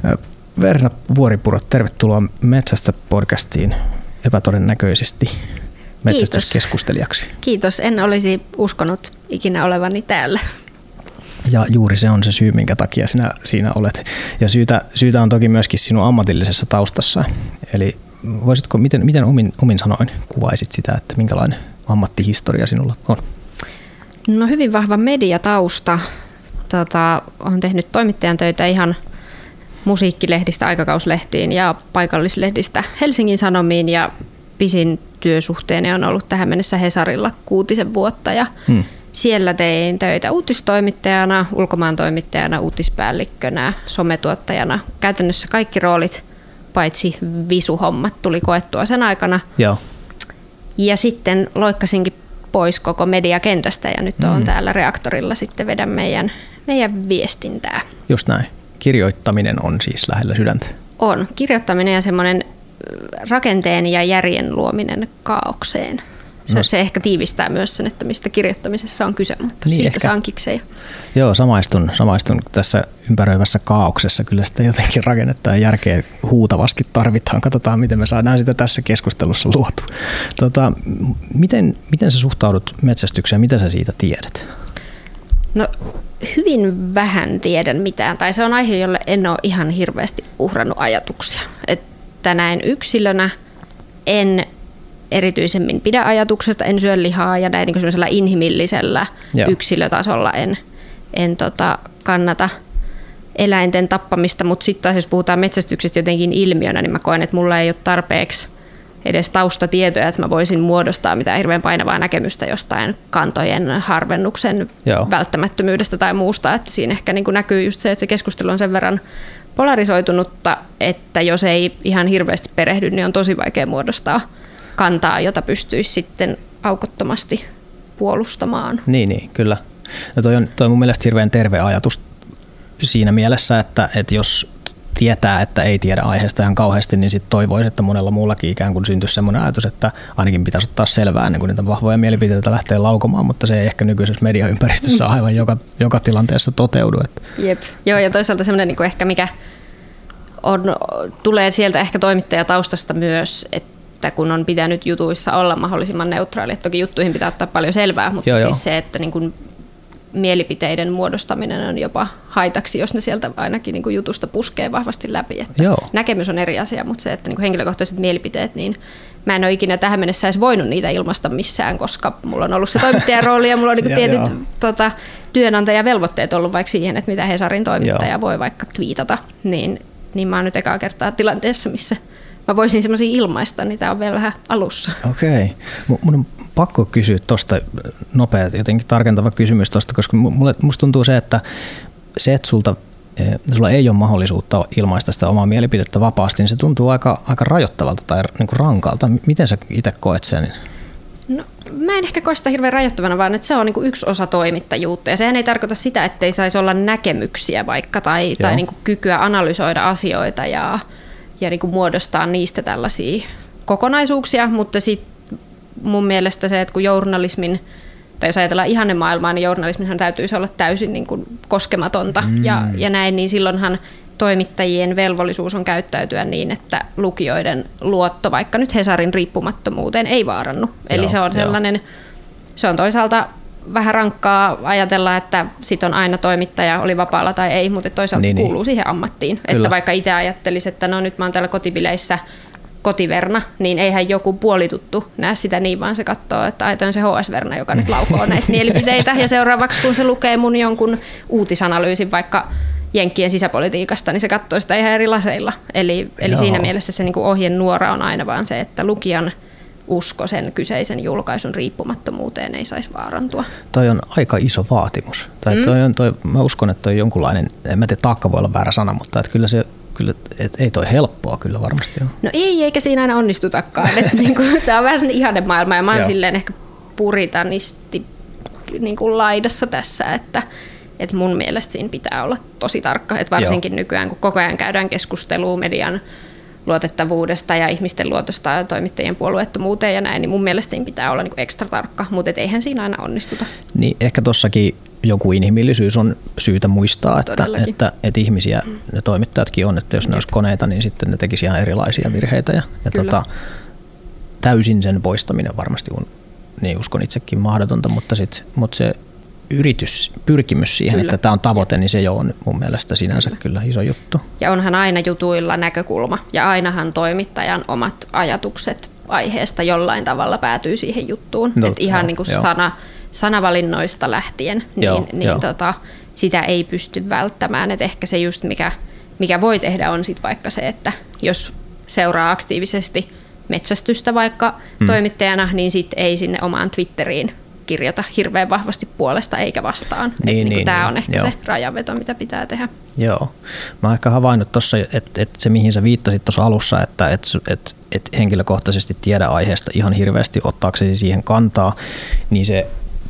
Verna Vuoripuro, tervetuloa Metsästä podcastiin epätodennäköisesti metsästyskeskustelijaksi. Kiitos, en olisi uskonut ikinä olevani täällä. Ja juuri se on se syy, minkä takia sinä siinä olet. Ja syytä on toki myöskin sinun ammatillisessa taustassa. Eli voisitko, miten omin sanoin kuvaisit sitä, että minkälainen ammattihistoria sinulla on? No hyvin vahva mediatausta. Olen tehnyt toimittajan töitä ihan musiikkilehdistä aikakauslehtiin ja paikallislehdistä Helsingin Sanomiin ja pisin työsuhteeni on ollut tähän mennessä Hesarilla 6 vuotta ja siellä tein töitä uutistoimittajana, ulkomaantoimittajana, uutispäällikkönä, sometuottajana. Käytännössä kaikki roolit paitsi visuhommat tuli koettua sen aikana. Joo. Ja sitten loikkasinkin pois koko mediakentästä ja nyt olen täällä Reaktorilla sitten vedän meidän viestintää. Just näin. Kirjoittaminen on siis lähellä sydäntä. On. Kirjoittaminen ja semmoinen rakenteen ja järjen luominen kaaukseen. Se ehkä tiivistää myös sen, että mistä kirjoittamisessa on kyse, mutta niin siitä saan kiksejä. Joo, samaistun tässä ympäröivässä kaauksessa. Kyllä sitä jotenkin rakennetta ja järkeä huutavasti tarvitaan. Katsotaan, miten me saadaan sitä tässä keskustelussa luotu. Miten sä suhtaudut metsästykseen? Mitä sä siitä tiedät? No hyvin vähän tiedän mitään. Tai se on aihe, jolle en ole ihan hirveästi uhrannut ajatuksia. Että näin yksilönä en erityisemmin pidä ajatuksesta, en syö lihaa ja näin niin semmoisella inhimillisellä yksilötasolla en kannata eläinten tappamista, mutta sitten taas jos puhutaan metsästyksestä jotenkin ilmiönä, niin mä koen, että mulla ei ole tarpeeksi edes taustatietoja, että mä voisin muodostaa mitään hirveän painavaa näkemystä jostain kantojen harvennuksen välttämättömyydestä tai muusta, että siinä ehkä niin kuin näkyy just se, että se keskustelu on sen verran polarisoitunutta, että jos ei ihan hirveästi perehdy, niin on tosi vaikea muodostaa kantaa, jota pystyisi sitten aukottomasti puolustamaan. Niin, kyllä. Ja toi on mun mielestä hirveän terve ajatus siinä mielessä, että jos tietää, että ei tiedä aiheesta ihan kauheasti, niin sitten toivoisi, että monella muullakin ikään kuin syntyisi semmoinen ajatus, että ainakin pitäisi ottaa selvää ennen kuin niitä vahvoja mielipiteitä lähtee laukomaan, mutta se ei ehkä nykyisessä mediaympäristössä aivan joka tilanteessa toteudu. Jep. Joo, ja toisaalta semmoinen niin kuin ehkä mikä tulee sieltä ehkä toimittajataustasta myös, että kun on pitänyt jutuissa olla mahdollisimman neutraali, että toki juttuihin pitää ottaa paljon selvää, mutta siis se, että niin kuin mielipiteiden muodostaminen on jopa haitaksi, jos ne sieltä ainakin niin kuin jutusta puskee vahvasti läpi. Että näkemys on eri asia, mutta se, että niin kuin henkilökohtaiset mielipiteet, niin mä en ole ikinä tähän mennessä edes voinut niitä ilmaista missään, koska mulla on ollut se toimittajan rooli ja mulla on niin kuin tietyt työnantajavelvoitteet ollut vaikka siihen, että mitä Hesarin toimittaja voi vaikka twiitata, niin mä oon nyt ekaa kertaa tilanteessa, missä mä voisin semmoisia ilmaista, niin tää on vielä vähän alussa. Okei. Mun on pakko kysyä tuosta nopea, jotenkin tarkentava kysymys tuosta, koska musta tuntuu se, että sulla ei ole mahdollisuutta ilmaista sitä omaa mielipidettä vapaasti, niin se tuntuu aika rajoittavalta tai niin kuin rankalta. Miten sä itse koet sen? No, mä en ehkä koe sitä hirveän rajoittavana, vaan että se on niin kuin yksi osa toimittajuutta. Ja sehän ei tarkoita sitä, ettei saisi olla näkemyksiä vaikka tai niin kuin kykyä analysoida asioita ja niin kuin muodostaa niistä tällaisia kokonaisuuksia, mutta sitten mun mielestä se, että kun journalismin, tai jos ajatellaan ihannemaailmaa, niin journalisminhan täytyisi olla täysin niin kuin koskematonta ja näin, niin silloinhan toimittajien velvollisuus on käyttäytyä niin, että lukijoiden luotto vaikka nyt Hesarin riippumattomuuteen ei vaarannu. Eli se on sellainen, se on toisaalta vähän rankkaa ajatella, että sit on aina toimittaja, oli vapaalla tai ei, mutta toisaalta se kuuluu siihen ammattiin. Kyllä. Että vaikka itse ajattelisi, että no nyt mä oon täällä kotibileissä kotiverna, niin eihän joku puolituttu näe sitä niin, vaan se katsoo, että ai toi on se HS-verna, joka nyt laukoo näitä mielipiteitä. Ja seuraavaksi kun se lukee mun jonkun uutisanalyysin vaikka Jenkkien sisäpolitiikasta, niin se katsoo sitä ihan eri laseilla. Eli siinä mielessä se niin kuin ohjenuora on aina vaan se, että lukijan usko sen kyseisen julkaisun riippumattomuuteen ei saisi vaarantua. Toi on aika iso vaatimus. Mä uskon, että toi jonkunlainen, en mä tiedä, taakka voi olla väärä sana, mutta että kyllä ei toi helppoa kyllä varmasti ole. No ei, eikä siinä aina onnistutakaan. Niinku, tää on vähän sellainen ihannemaailma ja mä oon silleen ehkä puritanisti niinku laidassa tässä, että mun mielestä siinä pitää olla tosi tarkka. Että varsinkin nykyään, kun koko ajan käydään keskustelua median luotettavuudesta ja ihmisten luotosta ja toimittajien puolueettomuuteen ja näin, niin mun mielestä siinä pitää olla niinku ekstra tarkka, mutta eihän siinä aina onnistuta. Niin ehkä tossakin joku inhimillisyys on syytä muistaa, että ihmisiä ne toimittajatkin on, että jos ne olisi koneita, niin sitten ne tekisi ihan erilaisia virheitä. Ja täysin sen poistaminen varmasti on, niin uskon itsekin mahdotonta, mutta se pyrkimys siihen, että tämä on tavoite, niin se jo on mun mielestä sinänsä kyllä iso juttu. Ja onhan aina jutuilla näkökulma, ja ainahan toimittajan omat ajatukset aiheesta jollain tavalla päätyy siihen juttuun. Että ihan niin kuin sanavalinnoista lähtien, sitä ei pysty välttämään. Et ehkä se just, mikä voi tehdä, on sit vaikka se, että jos seuraa aktiivisesti metsästystä vaikka toimittajana, niin sit ei sinne omaan Twitteriin kirjoita hirveän vahvasti puolesta eikä vastaan. Tämä on ehkä se rajanveto, mitä pitää tehdä. Joo. Mä oon ehkä havainnut tuossa, että se mihin sä viittasit tuossa alussa, että et henkilökohtaisesti tiedä aiheesta ihan hirveästi ottaaksesi siihen kantaa, niin se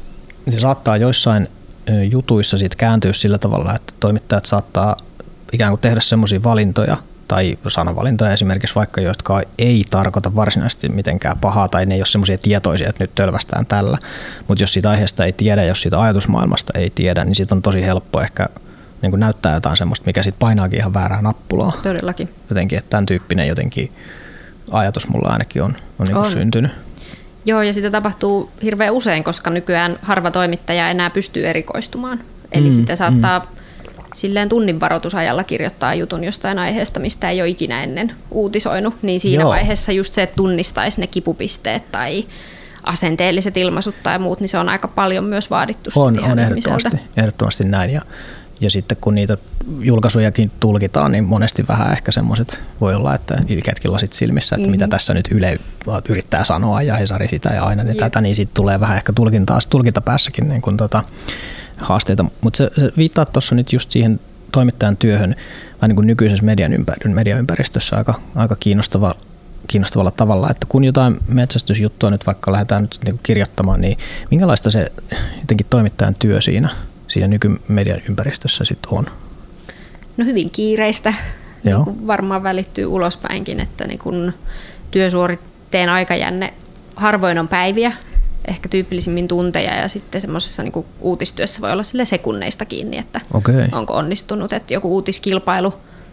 saattaa joissain jutuissa siitä kääntyä sillä tavalla, että toimittajat saattaa ikään kuin tehdä semmoisia valintoja, tai sanavalintoja esimerkiksi vaikka, jotka ei tarkoita varsinaisesti mitenkään pahaa, tai ne ei ole semmoisia tietoisia, että nyt tölvästään tällä. Mutta jos siitä aiheesta ei tiedä, jos siitä ajatusmaailmasta ei tiedä, niin siitä on tosi helppo ehkä niin kuin näyttää jotain semmoista, mikä sitten painaakin ihan väärää nappulaa. Todellakin. Jotenkin, että tämän tyyppinen jotenkin ajatus mulla ainakin on niin kuin syntynyt. Joo, ja sitä tapahtuu hirveän usein, koska nykyään harva toimittaja enää pystyy erikoistumaan. Eli sitä saattaa silleen tunnin varoitusajalla kirjoittaa jutun jostain aiheesta, mistä ei ole ikinä ennen uutisoinut, niin siinä vaiheessa just se, että tunnistaisi ne kipupisteet tai asenteelliset ilmaisut tai muut, niin se on aika paljon myös vaadittu. On ehdottomasti näin. Ja sitten kun niitä julkaisujakin tulkitaan, niin monesti vähän ehkä semmoiset voi olla, että ilkeätkin lasit silmissä, että mitä tässä nyt Yle yrittää sanoa ja Hesari sitä ja aina tätä, niin siitä tulee vähän ehkä tulkintapäässäkin niin kuin haasteita. Mutta se viittaa tuossa nyt just siihen toimittajan työhön vai niin kuin nykyisessä mediaympäristössä aika kiinnostavalla tavalla, että kun jotain metsästysjuttua nyt vaikka lähdetään nyt niin kuin kirjoittamaan, niin minkälaista se jotenkin toimittajan työ siinä nykymedian ympäristössä sitten on? No hyvin kiireistä. Niin varmaan välittyy ulospäinkin, että niin kun työsuoritteen aikajänne harvoin on päiviä, ehkä tyypillisimmin tunteja, ja sitten semmoisessa niin kuin uutistyössä voi olla sille sekunneista kiinni, että onko onnistunut. Että joku uutiskilpailu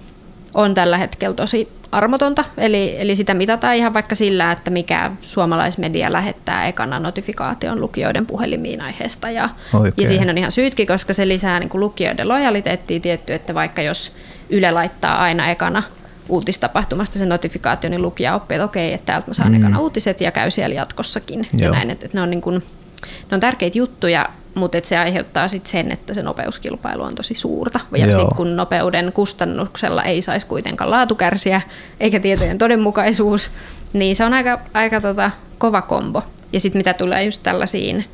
on tällä hetkellä tosi armotonta, eli sitä mitataan ihan vaikka sillä, että mikä suomalaismedia lähettää ekana notifikaation lukijoiden puhelimiin aiheesta. Ja siihen on ihan syytkin, koska se lisää niin kuin lukijoiden lojaliteettia tietty, että vaikka jos Yle laittaa aina ekana uutistapahtumasta sen notifikaation, niin lukija oppii, että okei, että täältä mä saan ekana uutiset ja käy siellä jatkossakin. Ja näin, että ne on, niin kuin, ne on tärkeitä juttuja, mutta se aiheuttaa sitten sen, että se nopeuskilpailu on tosi suurta. Ja sitten kun nopeuden kustannuksella ei saisi kuitenkaan laatu kärsiä, eikä tietojen todenmukaisuus, niin se on aika kova kombo. Ja sitten mitä tulee just tällaisiin,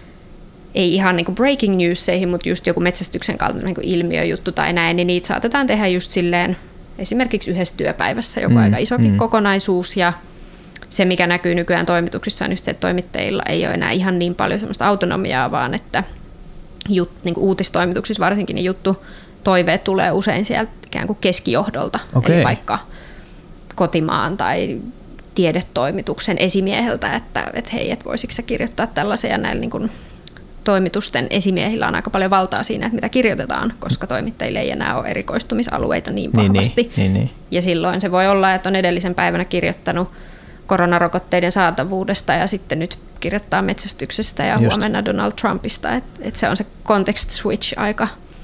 ei ihan niinku breaking newseihin, mutta just joku metsästyksen kaltainen niinku ilmiöjuttu tai näin, niin niitä saatetaan tehdä just silleen esimerkiksi yhdessä työpäivässä, joka on aika isokin kokonaisuus. Ja se, mikä näkyy nykyään toimituksissa, on just se, että toimittajilla ei ole enää ihan niin paljon semmoista autonomiaa, vaan että niin kuin uutistoimituksissa varsinkin niin toiveet tulee usein sieltä ikään kuin keskijohdolta, eli vaikka kotimaan tai tiedetoimituksen esimieheltä, että hei, et voisitko sä kirjoittaa tällaisia, näillä niin kuin toimitusten esimiehillä on aika paljon valtaa siinä, että mitä kirjoitetaan, koska toimittajille ei enää ole erikoistumisalueita niin vahvasti. Niin. Ja silloin se voi olla, että on edellisen päivänä kirjoittanut koronarokotteiden saatavuudesta ja sitten nyt kirjoittaa metsästyksestä ja huomenna Donald Trumpista. Et se on se context switch aika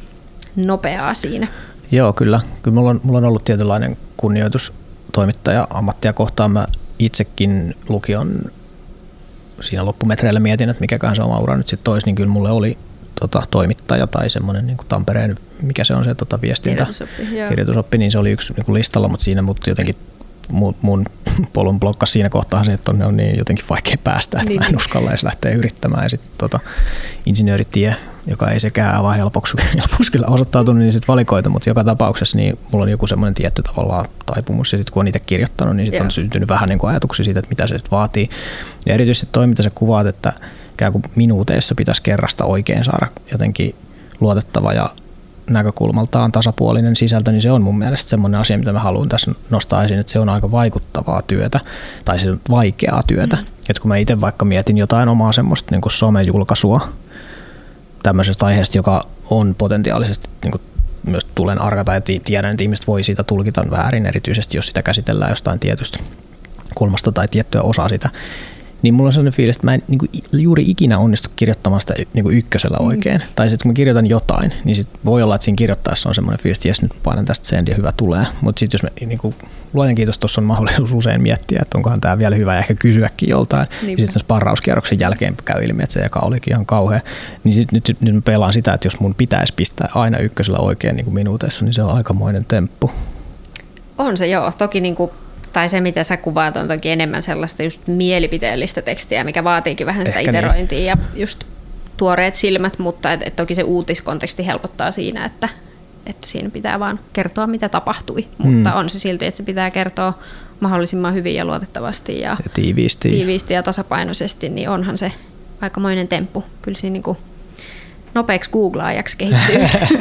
nopeaa siinä. Joo, kyllä. Mulla on ollut tietynlainen kunnioitus toimittaja-ammattia kohtaan. Mä itsekin lukion siinä loppumetreillä mietin, että mikäköhän se oma ura nyt sitten olisi, niin kyllä mulle oli toimittaja tai semmoinen niin kuin Tampereen, mikä se on se viestintä, kirjoitusoppi, niin se oli yksi niin kuin listalla, mutta siinä mut jotenkin mun polun blokkasi siinä kohtaa se, että on niin jotenkin vaikea päästä, että mä en uskalla edes lähteä yrittämään. Ja sitten insinööritie, joka ei sekään aivan helpoksi kyllä osoittautunut, niin sitten valikoita, mutta joka tapauksessa niin mulla on joku semmoinen tietty tavallaan taipumus, ja sitten kun on itse kirjoittanut, niin sitten on syntynyt vähän niin kuin ajatuksia siitä, että mitä se sitten vaatii. Ja erityisesti toi, mitä sä kuvaat, että ikään kuin minuuteissa pitäisi kerrasta oikein saada jotenkin luotettava ja näkökulmaltaan tasapuolinen sisältö, niin se on mun mielestä semmoinen asia, mitä mä haluan tässä nostaa esiin, että se on aika vaikuttavaa työtä tai se on vaikeaa työtä. Että kun mä itse vaikka mietin jotain omaa semmoista niin kuin somejulkaisua tämmöisestä aiheesta, joka on potentiaalisesti niin kuin myös tulen arkata ja tiedän, että ihmiset voi siitä tulkita väärin, erityisesti jos sitä käsitellään jostain tietystä kulmasta tai tiettyä osaa sitä. Niin mulla on sellainen fiilis, että mä en niin kuin juuri ikinä onnistu kirjoittamaan sitä niin kuin ykkösellä oikein. Tai sitten kun mä kirjoitan jotain, niin sit voi olla, että siinä kirjoittaessa on semmoinen fiilis, että jes, nyt painan tästä send ja hyvä tulee. Mutta sitten jos mä, niin kuin, luojan kiitos, tuossa on mahdollisuus usein miettiä, että onkohan tämä vielä hyvä ja ehkä kysyäkin joltain. Niin sitten sparrauskierroksen jälkeen käy ilmi, että se eka olikin ihan kauhea. Niin sitten nyt mä pelaan sitä, että jos mun pitäisi pistää aina ykkösellä oikein niin kuin minuuteissa, niin se on aikamoinen temppu. On se joo, toki niinku tai se, mitä sä kuvaat, on toki enemmän sellaista just mielipiteellistä tekstiä, mikä vaatiikin vähän sitä iterointia ja just tuoreet silmät, mutta et toki se uutiskonteksti helpottaa siinä, että siinä pitää vaan kertoa, mitä tapahtui. Mutta on se silti, että se pitää kertoa mahdollisimman hyvin ja luotettavasti ja tiiviisti ja tasapainoisesti, niin onhan se aikamoinen temppu. Kyllä siinä niinku nopeaksi googlaajaksi kehittyy.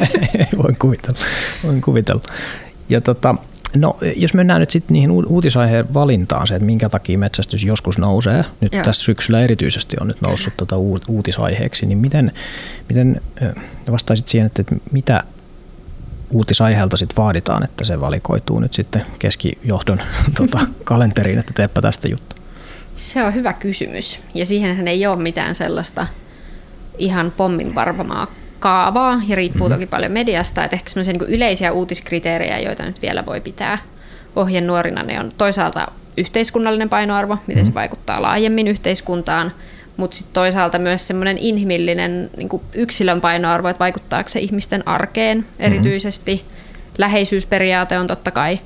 Voin kuvitella. Ja no, jos mennään nyt sitten niihin uutisaiheen valintaan, se, että minkä takia metsästys joskus nousee, nyt tässä syksyllä erityisesti on nyt noussut uutisaiheeksi, niin miten vastaisit siihen, että mitä uutisaiheelta sitten vaaditaan, että se valikoituu nyt sitten keskijohdon kalenteriin, että teepä tästä juttu? Se on hyvä kysymys, ja siihenhän ei ole mitään sellaista ihan pommin varvamaa kaavaa ja riippuu toki paljon mediasta, että ehkä semmoisia niin yleisiä uutiskriteerejä, joita nyt vielä voi pitää ohjenuorina, ne on toisaalta yhteiskunnallinen painoarvo, miten se vaikuttaa laajemmin yhteiskuntaan, mutta sitten toisaalta myös semmoinen inhimillinen niin kuin yksilön painoarvo, että vaikuttaako se ihmisten arkeen erityisesti. Läheisyysperiaate on totta kai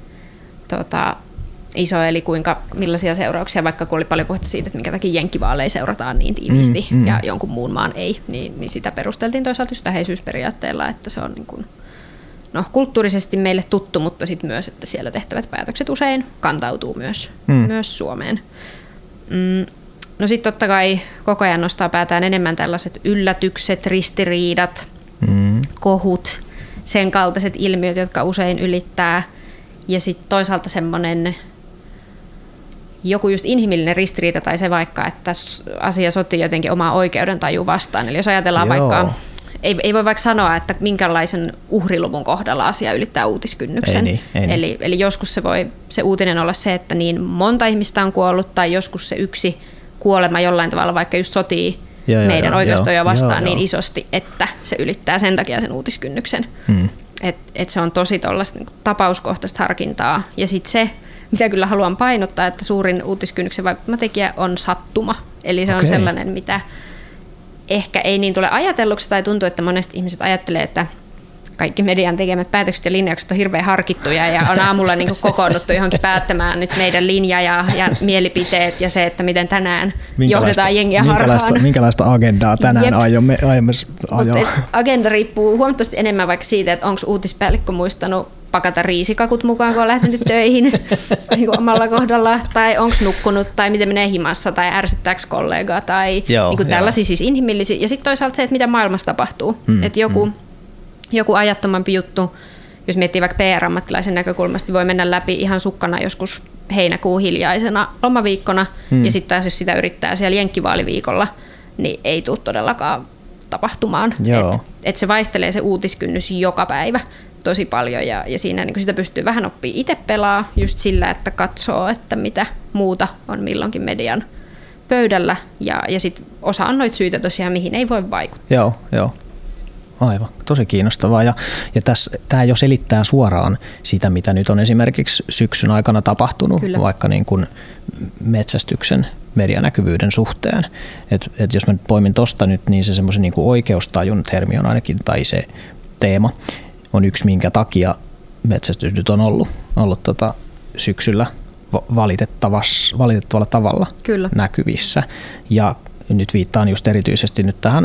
iso, eli millaisia seurauksia, vaikka kun oli paljon puhetta siitä, että minkä takia jenkkivaaleja seurataan niin tiiviisti ja jonkun muun maan ei, niin sitä perusteltiin toisaalta just läheisyysperiaatteella, että se on niin kuin, kulttuurisesti meille tuttu, mutta sitten myös, että siellä tehtävät päätökset usein kantautuu myös Suomeen. No sitten totta kai koko ajan nostaa päätään enemmän tällaiset yllätykset, ristiriidat, kohut, sen kaltaiset ilmiöt, jotka usein ylittää. Ja sitten toisaalta semmoinen joku just inhimillinen ristiriita tai se vaikka, että asia sotii jotenkin omaa oikeudentaju vastaan. Eli jos ajatellaan vaikka, ei voi vaikka sanoa, että minkälaisen uhriluvun kohdalla asia ylittää uutiskynnyksen. Ei niin. Eli joskus se voi se uutinen olla se, että niin monta ihmistä on kuollut, tai joskus se yksi kuolema jollain tavalla vaikka just sotii meidän oikeustajua vastaan niin isosti, että se ylittää sen takia sen uutiskynnyksen. Et se on tosi tuollaista niin tapauskohtaista harkintaa. Ja sitten se, mitä kyllä haluan painottaa, että suurin uutiskynnyksen vaikuttama tekijä on sattuma. Eli se on sellainen, mitä ehkä ei niin tule ajatelluksi, tai tuntuu, että monesti ihmiset ajattelee, että kaikki median tekemät päätökset ja linjaukset on hirveän harkittuja ja on aamulla niin kuin kokoonnuttu johonkin päättämään nyt meidän linja ja mielipiteet ja se, että miten tänään johdetaan jengiä harhaan. Minkälaista agendaa tänään aiomme ajaa? Agenda riippuu huomattavasti enemmän vaikka siitä, että onko uutispäällikkö muistanut pakata riisikakut mukaan, kun on lähtenyt töihin niin kuin omalla kohdalla, tai onko nukkunut, tai miten menee himassa, tai ärsyttääkö kollegaa, tai niin tällaisia siis inhimillisiä. Ja sitten toisaalta se, että mitä maailmassa tapahtuu. Että joku ajattomampi juttu, jos miettii vaikka PR-ammattilaisen näkökulmasta, voi mennä läpi ihan sukkana joskus heinäkuun hiljaisena lomaviikkona, ja sitten taas jos sitä yrittää siellä jenkkivaaliviikolla, niin ei tule todellakaan tapahtumaan. Et se vaihtelee se uutiskynnys joka päivä tosi paljon, ja siinä niin sitä pystyy vähän oppimaan itse pelaa just sillä, että katsoo, että mitä muuta on milloinkin median pöydällä, ja sitten osa on noita syitä tosiaan, mihin ei voi vaikuttaa. Joo. Aivan, tosi kiinnostavaa. Ja tämä jo selittää suoraan sitä, mitä nyt on esimerkiksi syksyn aikana tapahtunut, vaikka niin kuin metsästyksen medianäkyvyyden suhteen. Et jos mä nyt poimin tuosta nyt, niin se semmoisen niin kuin oikeustajun termi on ainakin, tai se teema on yksi, minkä takia metsästys nyt on ollut syksyllä valitettavalla tavalla näkyvissä. Ja nyt viittaan just erityisesti nyt tähän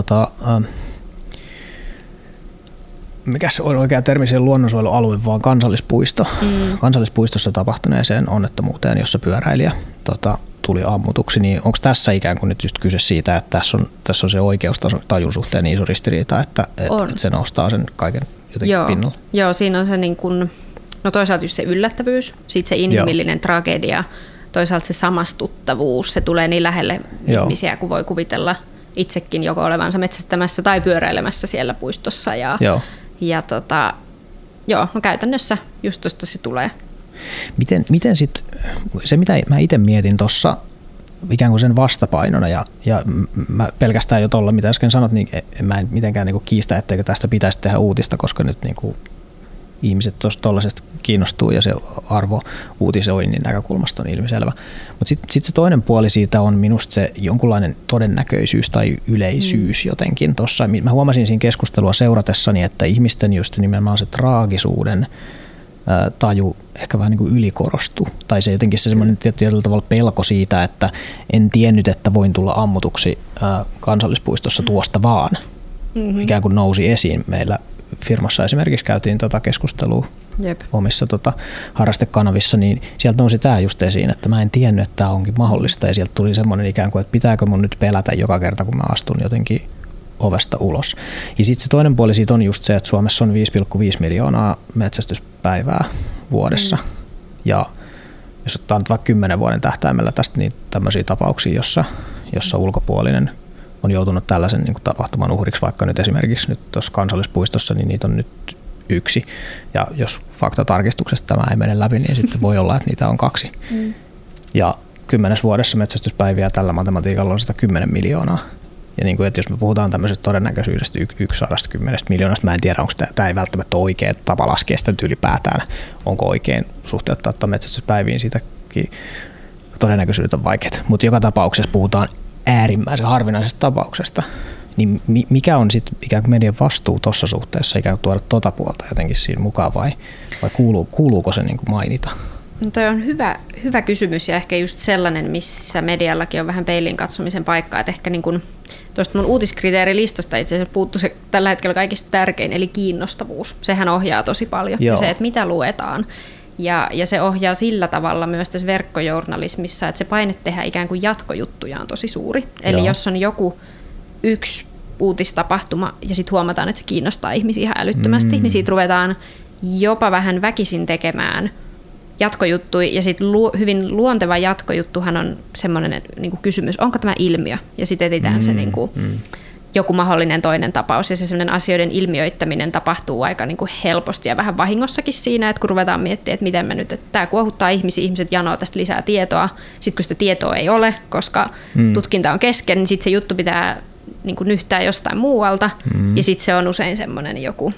mikä se on oikea termi, se luonnonsuojelualue, vaan kansallispuisto. Kansallispuistossa tapahtuneeseen onnettomuuteen, jossa pyöräilijä tuli ammutuksi, niin onko tässä ikään kuin nyt just kyse siitä, että tässä on se oikeustajun suhteen niin iso ristiriita, että se nostaa sen kaiken jotenkin pinnalle? Joo, siinä on se niin kuin, toisaalta just se yllättävyys, sitten se inhimillinen tragedia, toisaalta se samastuttavuus, se tulee niin lähelle ihmisiä kuin voi kuvitella itsekin joko olevansa metsästämässä tai pyöräilemässä siellä puistossa. Joo, no käytännössä just tuosta se tulee. Miten sitten, se mitä mä itse mietin tuossa ikään kuin sen vastapainona, ja mä pelkästään jo tuolla, mitä äsken sanot, niin mä en mitenkään niin kuin kiistä, etteikö tästä pitäisi tehdä uutista, koska nyt niin kuin ihmiset tuollaisesta kiinnostuu ja se arvo uutisoinnin näkökulmasta on ilmiselvä. Mutta sitten se toinen puoli siitä on minusta se jonkunlainen todennäköisyys tai yleisyys jotenkin tuossa. Mä huomasin siinä keskustelua seuratessani, että ihmisten just nimenomaan se traagisuuden taju ehkä vähän niin kuin ylikorostuu. Tai se jotenkin se semmoinen tietyllä tavalla pelko siitä, että en tiennyt, että voin tulla ammutuksi kansallispuistossa tuosta vaan. Ikään kuin nousi esiin meillä. Firmassa esimerkiksi käytiin keskustelua omissa harrastekanavissa, niin sieltä nousi tämä just esiin, että mä en tiennyt, että tämä onkin mahdollista, ja sieltä tuli semmoinen ikään kuin, että pitääkö mun nyt pelätä joka kerta, kun mä astun jotenkin ovesta ulos. Ja sitten se toinen puoli siitä on just se, että Suomessa on 5,5 miljoonaa metsästyspäivää vuodessa, ja jos ottaa nyt vaikka 10 vuoden tähtäimellä tästä niin tämmöisiä tapauksia, jossa ulkopuolinen on joutunut tällaisen niin kuin tapahtuman uhriksi, vaikka nyt esimerkiksi nyt tuossa kansallispuistossa, niin niitä on nyt 1. Ja jos faktatarkistuksesta tämä ei mene läpi, niin sitten voi olla, että niitä on 2. Ja 10 vuodessa metsästyspäiviä tällä matematiikalla on 110 miljoonaa. Ja niin kuin, että jos me puhutaan tämmöisestä todennäköisyydestä 110 miljoonasta, mä en tiedä, onko tämä ei välttämättä ole oikea tapa laskea sitä ylipäätään. Onko oikein suhteuttaa metsästyspäiviin, siitäkin todennäköisyydet on vaikeat. Mutta joka tapauksessa puhutaan äärimmäisen harvinaisesta tapauksesta, niin mikä on sitten ikään kuin median vastuu tuossa suhteessa, ikään kuin tuoda tuota puolta jotenkin siinä mukaan, vai kuuluuko se niin kuin mainita? No toi on hyvä kysymys, ja ehkä just sellainen, missä mediallakin on vähän peilin katsomisen paikkaa, että ehkä niin kuin tuosta mun uutiskriteerilistasta itse asiassa puuttuu se tällä hetkellä kaikista tärkein, eli kiinnostavuus. Sehän ohjaa tosi paljon, ja se, että mitä luetaan. Ja se ohjaa sillä tavalla myös tässä verkkojournalismissa, että se paine tehdä ikään kuin jatkojuttuja on tosi suuri. Eli jos on joku yksi uutistapahtuma ja sitten huomataan, että se kiinnostaa ihmisiä ihan älyttömästi, niin siitä ruvetaan jopa vähän väkisin tekemään jatkojuttuja. Ja sitten hyvin luonteva jatkojuttuhan on semmoinen niin kuin kysymys, onko tämä ilmiö? Ja sitten etsitään se niin kuin joku mahdollinen toinen tapaus, ja se sellainen asioiden ilmiöittäminen tapahtuu aika niin kuin helposti ja vähän vahingossakin siinä, että kun ruvetaan miettimään, että miten me nyt, että tämä kuohuttaa ihmisiä, ihmiset janoo tästä lisää tietoa, sitten kun sitä tietoa ei ole, koska tutkinta on kesken, niin sitten se juttu pitää niin kuin nyhtää jostain muualta, ja sitten se on usein semmoinen joku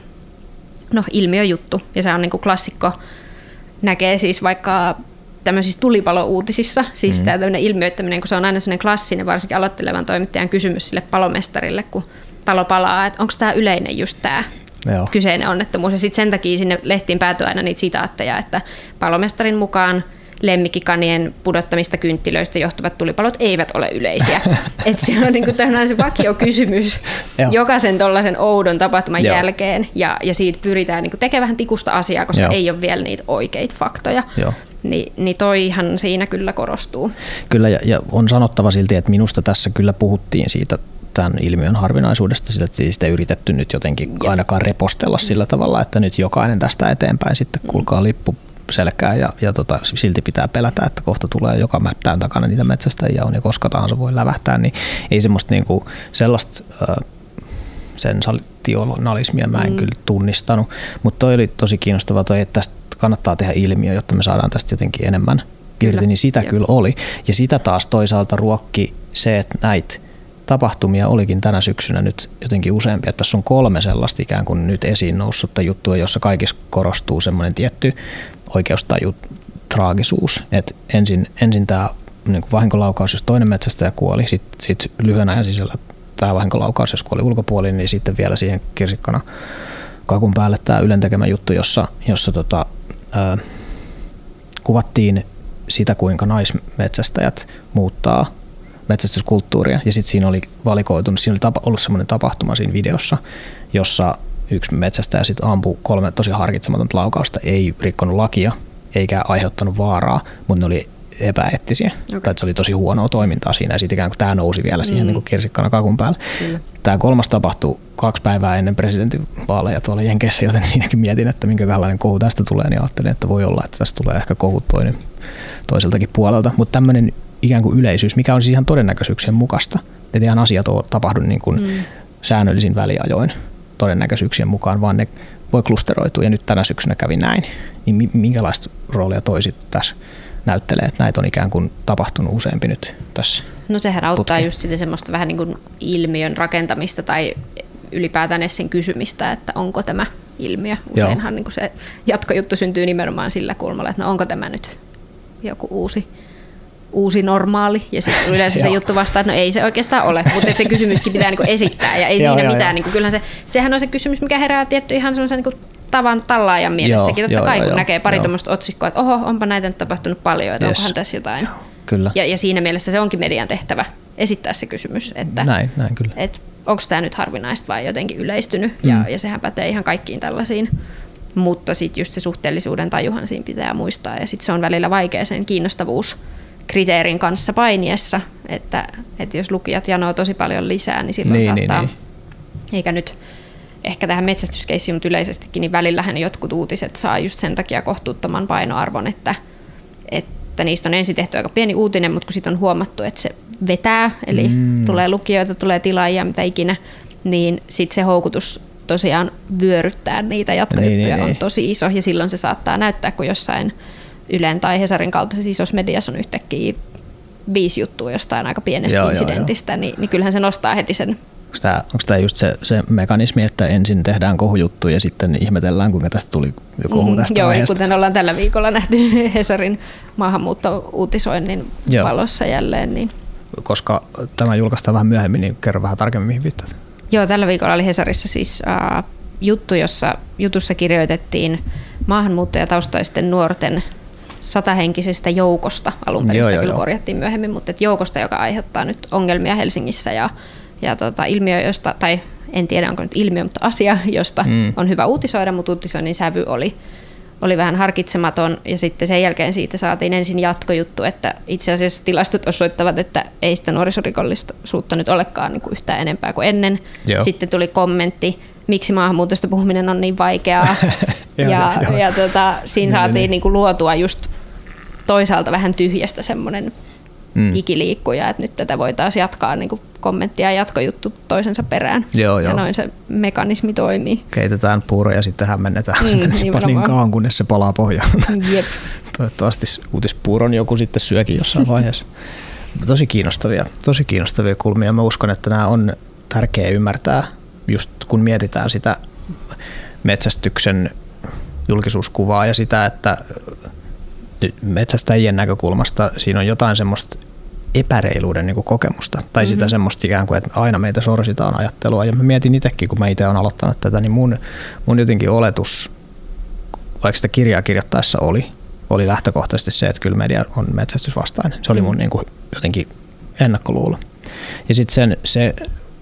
ilmiöjuttu, ja se on niin kuin klassikko, näkee siis vaikka tämmöisissä tulipalouutisissa, siis tämä tämmöinen ilmiöittäminen, kun se on aina sellainen klassinen, varsinkin aloittelevan toimittajan kysymys sille palomestarille, kun talo palaa, että onko tämä yleinen just tämä kyseinen onnettomuus. Ja sitten sen takia sinne lehtiin päätyy aina niitä sitaatteja, että palomestarin mukaan lemmikkikanien pudottamista kynttilöistä johtuvat tulipalot eivät ole yleisiä. Että siellä on niinku se vakiokysymys jokaisen tollaisen oudon tapahtuman jälkeen, ja siitä pyritään niinku tekemään vähän tikusta asiaa, koska ei ole vielä niitä oikeita faktoja. Niin toihan siinä kyllä korostuu. Kyllä, ja on sanottava silti, että minusta tässä kyllä puhuttiin siitä tämän ilmiön harvinaisuudesta, sillä että sitä yritetty nyt jotenkin ainakaan repostella sillä tavalla, että nyt jokainen tästä eteenpäin sitten kulkaa lippu selkää ja silti pitää pelätä, että kohta tulee joka mättään takana niitä metsästäjiä on ja koska tahansa voi lävähtää, niin ei semmoista niinku sellaista sensationalismia mä en kyllä tunnistanut, mutta toi oli tosi kiinnostavaa toi, että tästä kannattaa tehdä ilmiö, jotta me saadaan tästä jotenkin enemmän irti, niin sitä kyllä oli. Ja sitä taas toisaalta ruokki se, että näitä tapahtumia olikin tänä syksynä nyt jotenkin useampia. Tässä on 3 sellaista ikään kuin nyt esiin noussutta juttua, jossa kaikissa korostuu semmoinen tietty oikeustaju, traagisuus. Et ensin tämä niin kuin vahinkolaukaus, jos toinen metsästäjä kuoli, sitten lyhyen ajan sisällä tämä vahinkolaukaus, jos kuoli ulkopuolin, niin sitten vielä siihen kirsikkana kakun päälle tämä Ylen tekemä juttu, jossa kuvattiin sitä, kuinka naismetsästäjät muuttaa metsästyskulttuuria. Ja sitten siinä oli valikoitunut, siinä oli ollut semmoinen tapahtuma siinä videossa, jossa yksi metsästäjä sitten ampui 3 tosi harkitsematonta laukausta, ei rikkonut lakia eikä aiheuttanut vaaraa, mutta ne oli epäeettisiä. Okay. Tai se oli tosi huonoa toimintaa siinä, ja sitten ikään kuin tämä nousi vielä siihen niin kuin kirsikkana kakun päälle. Tämä 3. tapahtui 2 päivää ennen presidentinvaaleja tuolla Jenkeissä, joten siinäkin mietin, että minkälainen kohu tästä tulee, niin ajattelin, että voi olla, että tästä tulee ehkä kohu toiseltakin puolelta. Mutta tämmöinen ikään kuin yleisyys, mikä on siis ihan todennäköisyyksien mukaista, ihan asiat ole tapahdu niin kuin säännöllisin väliajoin todennäköisyyksien mukaan, vaan ne voi klusteroitua ja nyt tänä syksynä kävi näin. Niin minkälaista roolia toisit tässä näyttelee, että näitä on ikään kuin tapahtunut useampi nyt tässä? No sehän auttaa just sitä semmoista vähän niin kuin ilmiön rakentamista tai ylipäätään sen kysymistä, että onko tämä ilmiö. Useinhan niin kuin se jatkojuttu syntyy nimenomaan sillä kulmalla, että no onko tämä nyt joku uusi normaali, ja sitten yleensä se juttu vastaa, että no ei se oikeastaan ole, mutta se kysymyskin pitää niinku esittää, ja ei siinä mitään. Niinku, kyllähän sehän on se kysymys, mikä herää tietty ihan semmoisen niinku tavan tallaajan mielessäkin. Totta kai, kun näkee pari tuommoista otsikkoa, että oho, onpa näitä nyt tapahtunut paljon, että onkohan tässä jotain. Kyllä. Ja siinä mielessä se onkin median tehtävä esittää se kysymys, että näin kyllä. Onko tämä nyt harvinaista vai jotenkin yleistynyt, ja sehän pätee ihan kaikkiin tällaisiin. Mutta sitten just se suhteellisuuden tajuhan siinä pitää muistaa, ja sitten se on välillä vaikea sen kiinnostavuuskriteerin kanssa painiessa, että jos lukijat janoo tosi paljon lisää, niin silloin saattaa, eikä nyt ehkä tähän metsästyskeissiin, mutta yleisestikin, niin välillähän jotkut uutiset saa just sen takia kohtuuttoman painoarvon, että niistä on ensin tehty aika pieni uutinen, mutta kun sitten on huomattu, että se vetää, eli tulee lukijoita, tulee tilaajia, mitä ikinä, niin sitten se houkutus tosiaan vyöryttää niitä jatkojuttuja on tosi iso, ja silloin se saattaa näyttää, kun jossain Ylen tai Hesarin kaltaisessa isossa mediassa on yhtäkkiä 5 juttua jostain aika pienestä incidentistä, niin kyllähän se nostaa heti sen. Onko tämä just se mekanismi, että ensin tehdään kohujuttu ja sitten ihmetellään, kuinka tästä tuli kohu tästä aiheesta? Kuten ollaan tällä viikolla nähty Hesarin maahanmuutto-uutisoinnin valossa jälleen. Niin. Koska tämä julkaistaan vähän myöhemmin, niin kerro vähän tarkemmin, mihin viittaat. Joo, tällä viikolla oli Hesarissa siis juttu, jossa jutussa kirjoitettiin maahanmuuttajataustaisten nuorten 100-henkisestä joukosta. Alun perin sitä kyllä korjattiin myöhemmin, mutta joukosta, joka aiheuttaa nyt ongelmia Helsingissä ja ilmiö, josta, tai en tiedä onko nyt ilmiö, mutta asia, josta on hyvä uutisoida, mutta uutisoinnin sävy oli vähän harkitsematon, ja sitten sen jälkeen siitä saatiin ensin jatkojuttu, että itse asiassa tilastot osoittavat, että ei sitä nuorisorikollisuutta nyt olekaan niin kuin yhtään enempää kuin ennen. Joo. Sitten tuli kommentti, miksi maahanmuutosta puhuminen on niin vaikeaa, siinä saatiin niin kuin luotua just toisaalta vähän tyhjästä semmoinen ikiliikkuja, että nyt tätä voi taas jatkaa niin kuin kommenttia ja jatkojuttu toisensa perään. Ja noin se mekanismi toimii. Keitetään puuro ja sitten hämmennetään niin kauan, kunnes se palaa pohjaan. Jep. Toivottavasti uutispuuron joku sitten syökin jossain vaiheessa. Tosi kiinnostavia kulmia. Mä uskon, että nämä on tärkeää ymmärtää, just kun mietitään sitä metsästyksen julkisuuskuvaa ja sitä, että metsästäjien näkökulmasta siinä on jotain semmoista epäreiluuden niin kuin kokemusta. Tai sitä semmoista ikään kuin, että aina meitä sorsitaan ajattelua. Ja mä mietin itsekin, kun mä itse olen aloittanut tätä, niin mun jotenkin oletus, vaikka sitä kirjaa kirjoittaessa oli lähtökohtaisesti se, että kyllä media on metsästysvastainen. Se oli mun niin kuin jotenkin ennakkoluulo. Ja sitten se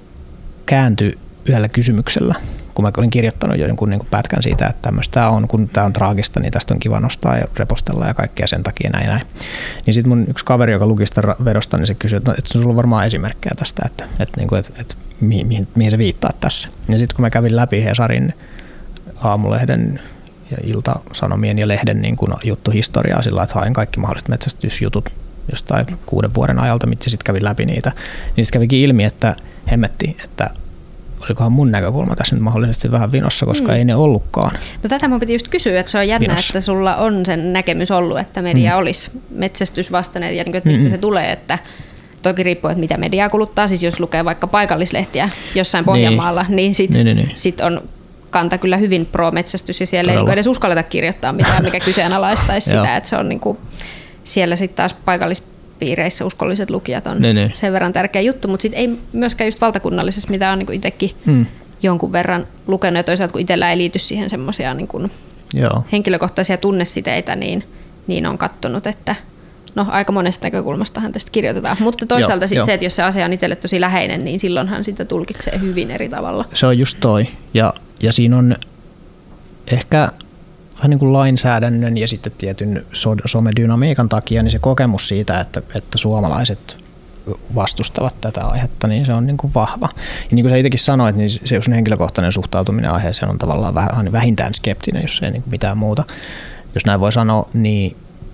kääntyi yhdellä kysymyksellä, kun mä olin kirjoittanut jonkun niin kuin pätkän siitä, että tämmöistä on, kun tämä on traagista, niin tästä on kiva nostaa ja repostella ja kaikkea sen takia näin. Niin sitten mun yksi kaveri, joka luki sitä vedosta, niin se kysyi, että sulla on varmaan esimerkkejä tästä, että mihin se viittaa tässä. Ja sitten kun mä kävin läpi Hesarin Aamulehden ja Ilta-Sanomien ja Lehden niin kuin juttuhistoriaa sillä, että hain kaikki mahdolliset metsästysjutut jostain 6 vuoden ajalta, ja sitten kävin läpi niitä, niin sitten kävikin ilmi, että hemmetti, että olikohan mun näkökulma tässä nyt mahdollisesti vähän vinossa, koska ei ne ollutkaan. No tätä mun piti just kysyä, että se on jännä, vinossa. Että sulla on sen näkemys ollut, että media olisi metsästysvastainen ja niin kuin, että mistä se tulee, että toki riippuu, että mitä mediaa kuluttaa, siis jos lukee vaikka paikallislehtiä jossain Pohjanmaalla, niin sit on kanta kyllä hyvin pro-metsästys ja siellä ei niin edes uskalleta kirjoittaa mitään, mikä kyseenalaistaisi sitä, että se on niin kuin, siellä sitten taas paikallispiireissä uskolliset lukijat on sen verran tärkeä juttu, mutta sitten ei myöskään just valtakunnallisessa, mitä on niin itsekin jonkun verran lukenut, ja toisaalta kun itsellä ei liity siihen semmoisia niin henkilökohtaisia tunnesiteitä, niin on katsonut, että no aika monesta näkökulmastahan tästä kirjoitetaan, mutta toisaalta sitten se, että jos se asia on itselle tosi läheinen, niin silloinhan sitä tulkitsee hyvin eri tavalla. Se on just toi, ja siinä on ehkä vähän niin kuin lainsäädännön ja sitten tietyn somedynamiikan takia niin se kokemus siitä, että suomalaiset vastustavat tätä aihetta, niin se on niin kuin vahva. Ja niin kuin sä itsekin sanoit, niin se sun henkilökohtainen suhtautuminen aiheeseen on tavallaan vähintään skeptinen, jos ei niin kuin mitään muuta. Jos näin voi sanoa, niin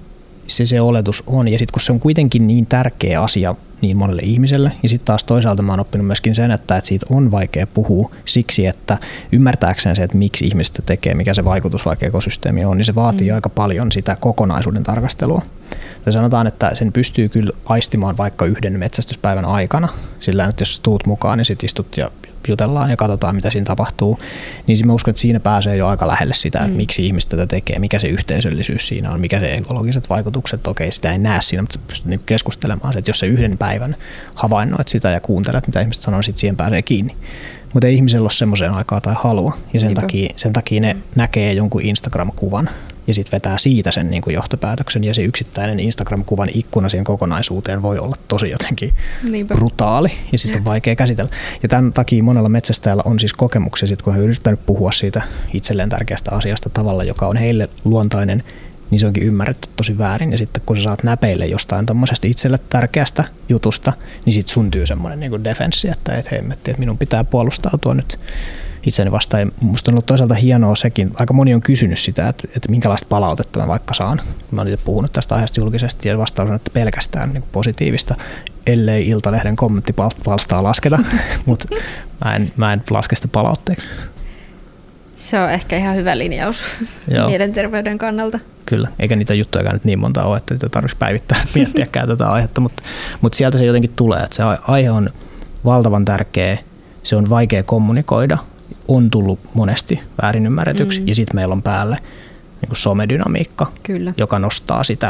se oletus on. Ja sitten kun se on kuitenkin niin tärkeä asia niin monelle ihmiselle, ja sitten taas toisaalta mä oon oppinut myöskin sen, että siitä on vaikea puhua siksi, että ymmärtääkseen se, että miksi ihmiset tekee, mikä se vaikutus vaikka ekosysteemi on, niin se vaatii aika paljon sitä kokonaisuuden tarkastelua. Ja sanotaan, että sen pystyy kyllä aistimaan vaikka yhden metsästyspäivän aikana, sillä että jos tuut mukaan, niin sitten istut ja jutellaan ja katsotaan, mitä siinä tapahtuu, niin mä uskon, että siinä pääsee jo aika lähelle sitä, että miksi ihmiset tätä tekee, mikä se yhteisöllisyys siinä on, mikä se ekologiset vaikutukset, okei, sitä ei näe siinä, mutta pystyt niinku keskustelemaan, että jos se yhden päivän havainnoit sitä ja kuuntelet, mitä ihmiset sanoo, sitten siihen pääsee kiinni. Mutta ei ihmisellä ole semmoiseen aikaa tai halua, ja sen takia ne näkee jonkun Instagram-kuvan, ja sitten vetää siitä sen niin kuin johtopäätöksen, ja se yksittäinen Instagram-kuvan ikkuna siihen kokonaisuuteen voi olla tosi jotenkin brutaali, ja sitten on vaikea käsitellä. Ja tämän takia monella metsästäjällä on siis kokemuksia, sit kun he yrittänyt puhua siitä itselleen tärkeästä asiasta tavalla, joka on heille luontainen, niin se onkin ymmärretty tosi väärin. Ja sitten kun sä saat näpeille jostain tommosesta itselle tärkeästä jutusta, niin sitten syntyy semmoinen niin kuin defenssi, että minun pitää puolustautua nyt itseni vastaan. Musta on ollut toisaalta hienoa sekin, aika moni on kysynyt sitä, että minkälaista palautetta mä vaikka saan. Mä olen itse puhunut tästä aiheesta julkisesti ja vastaus on, että pelkästään niin positiivista, ellei Iltalehden kommenttipalstaa lasketa, mutta mä en laske sitä palautteeksi. Se on ehkä ihan hyvä linjaus mielenterveyden kannalta. Kyllä, eikä niitä juttuja nyt niin monta ole, että niitä tarvitsisi päivittää miettiäkään tätä aihetta, mutta sieltä se jotenkin tulee, että se aihe on valtavan tärkeä, se on vaikea kommunikoida, on tullut monesti väärin ymmärretyksi ja sitten meillä on päälle niin kuin somedynamiikka, joka nostaa sitä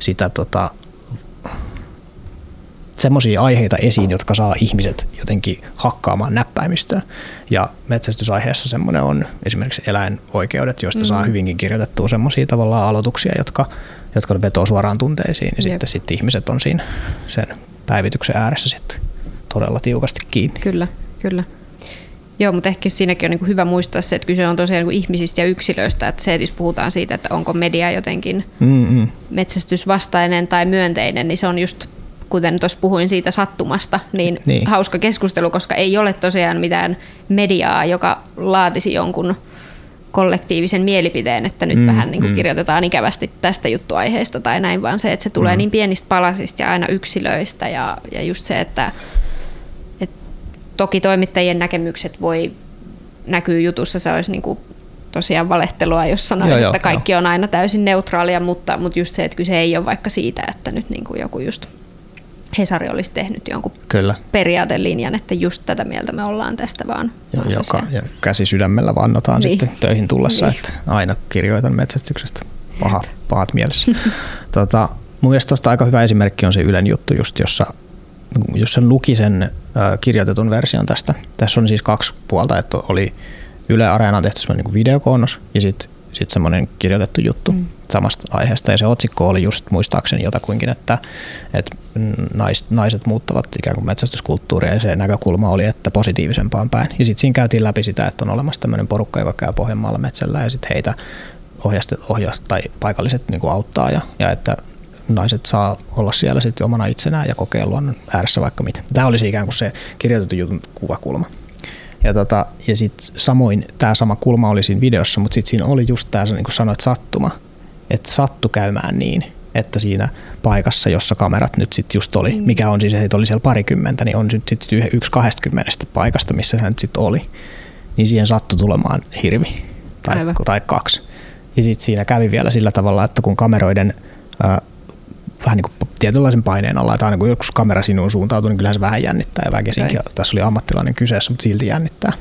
semmoisia aiheita esiin, jotka saa ihmiset jotenkin hakkaamaan näppäimistöä. Ja metsästysaiheessa semmoinen on esimerkiksi eläinoikeudet, joista saa hyvinkin kirjoitettua semmoisia tavallaan aloituksia, jotka vetoo suoraan tunteisiin. Ja sitten ihmiset on siinä sen päivityksen ääressä sitten todella tiukasti kiinni. Kyllä. Joo, mutta ehkä siinäkin on niin kuin hyvä muistaa se, että kyse on tosiaan niin ihmisistä ja yksilöistä, että se, että jos puhutaan siitä, että onko media jotenkin metsästysvastainen tai myönteinen, niin se on just, kuten tuossa puhuin siitä sattumasta, niin hauska keskustelu, koska ei ole tosiaan mitään mediaa, joka laatisi jonkun kollektiivisen mielipiteen, että nyt vähän niin kuin kirjoitetaan ikävästi tästä juttuaiheesta tai näin, vaan se, että se tulee niin pienistä palasista ja aina yksilöistä ja just se, että toki toimittajien näkemykset voi näkyä jutussa, se olisi niin kuin tosiaan valehtelua, jos sanoisi, että kaikki on aina täysin neutraalia, mutta just se, että kyse ei ole vaikka siitä, että nyt niin kuin joku just Hesari olisi tehnyt jonkun periaatelinjan, että just tätä mieltä me ollaan tästä vaan. Ja käsi sydämellä vannotaan sitten töihin tullessa, että aina kirjoitan metsästyksestä pahat mielessä. Mun mielestä tuosta aika hyvä esimerkki on se Ylen juttu, just jos sen luki sen kirjoitetun version tästä. Tässä on siis 2 puolta, että oli Yle Areenaan tehty semmoinen niin videokoonnos ja sitten semmoinen kirjoitettu juttu samasta aiheesta. Ja se otsikko oli just muistaakseni jotakuinkin, että naiset muuttavat ikään kuin metsästyskulttuuria ja se näkökulma oli, että positiivisempaan päin. Ja sitten siinä käytiin läpi sitä, että on olemassa tämmöinen porukka, joka käy Pohjanmaalla metsällä ja sitten heitä tai paikalliset niin kuin auttaa ja että naiset saa olla siellä sitten omana itsenään ja kokea luonnon ääressä vaikka mitä. Tämä olisi ikään kuin se kirjoitettu jutun kuvakulma. Ja sitten samoin tämä sama kulma oli siinä videossa, mutta sitten siinä oli just tämä, niin kuin sanoit, sattuma, että sattu käymään niin, että siinä paikassa, jossa kamerat nyt sitten just oli, mikä on siis, että oli siellä 20, niin on sitten 1/20 paikasta, missä hän sitten oli, niin siihen sattui tulemaan hirvi tai 2. Ja sitten siinä kävi vielä sillä tavalla, että kun kameroiden vähän niin kuin tietynlaisen paineen alla, että aina kun joskus kamera sinuun suuntautuu, niin kyllähän se vähän jännittää ja väkisinkin. Tässä oli ammattilainen kyseessä, mutta silti jännittää.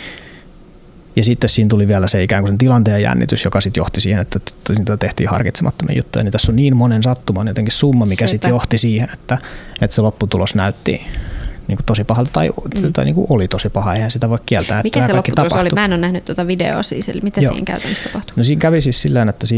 Ja sitten siinä tuli vielä se ikään kuin sen tilanteen jännitys, joka sitten johti siihen, että tehtiin harkitsemattomia juttuja. Niin tässä on niin monen sattuman jotenkin summa, mikä sitten johti siihen, että se lopputulos näytti niin kuin tosi pahalta tai niin kuin oli tosi paha. Eihän sitä voi kieltää. Mikä se lopputulos oli? Mä en ole nähnyt tuota videoa siis. Eli mitä siinä käytännössä tapahtui? No siinä kävi siis sillä että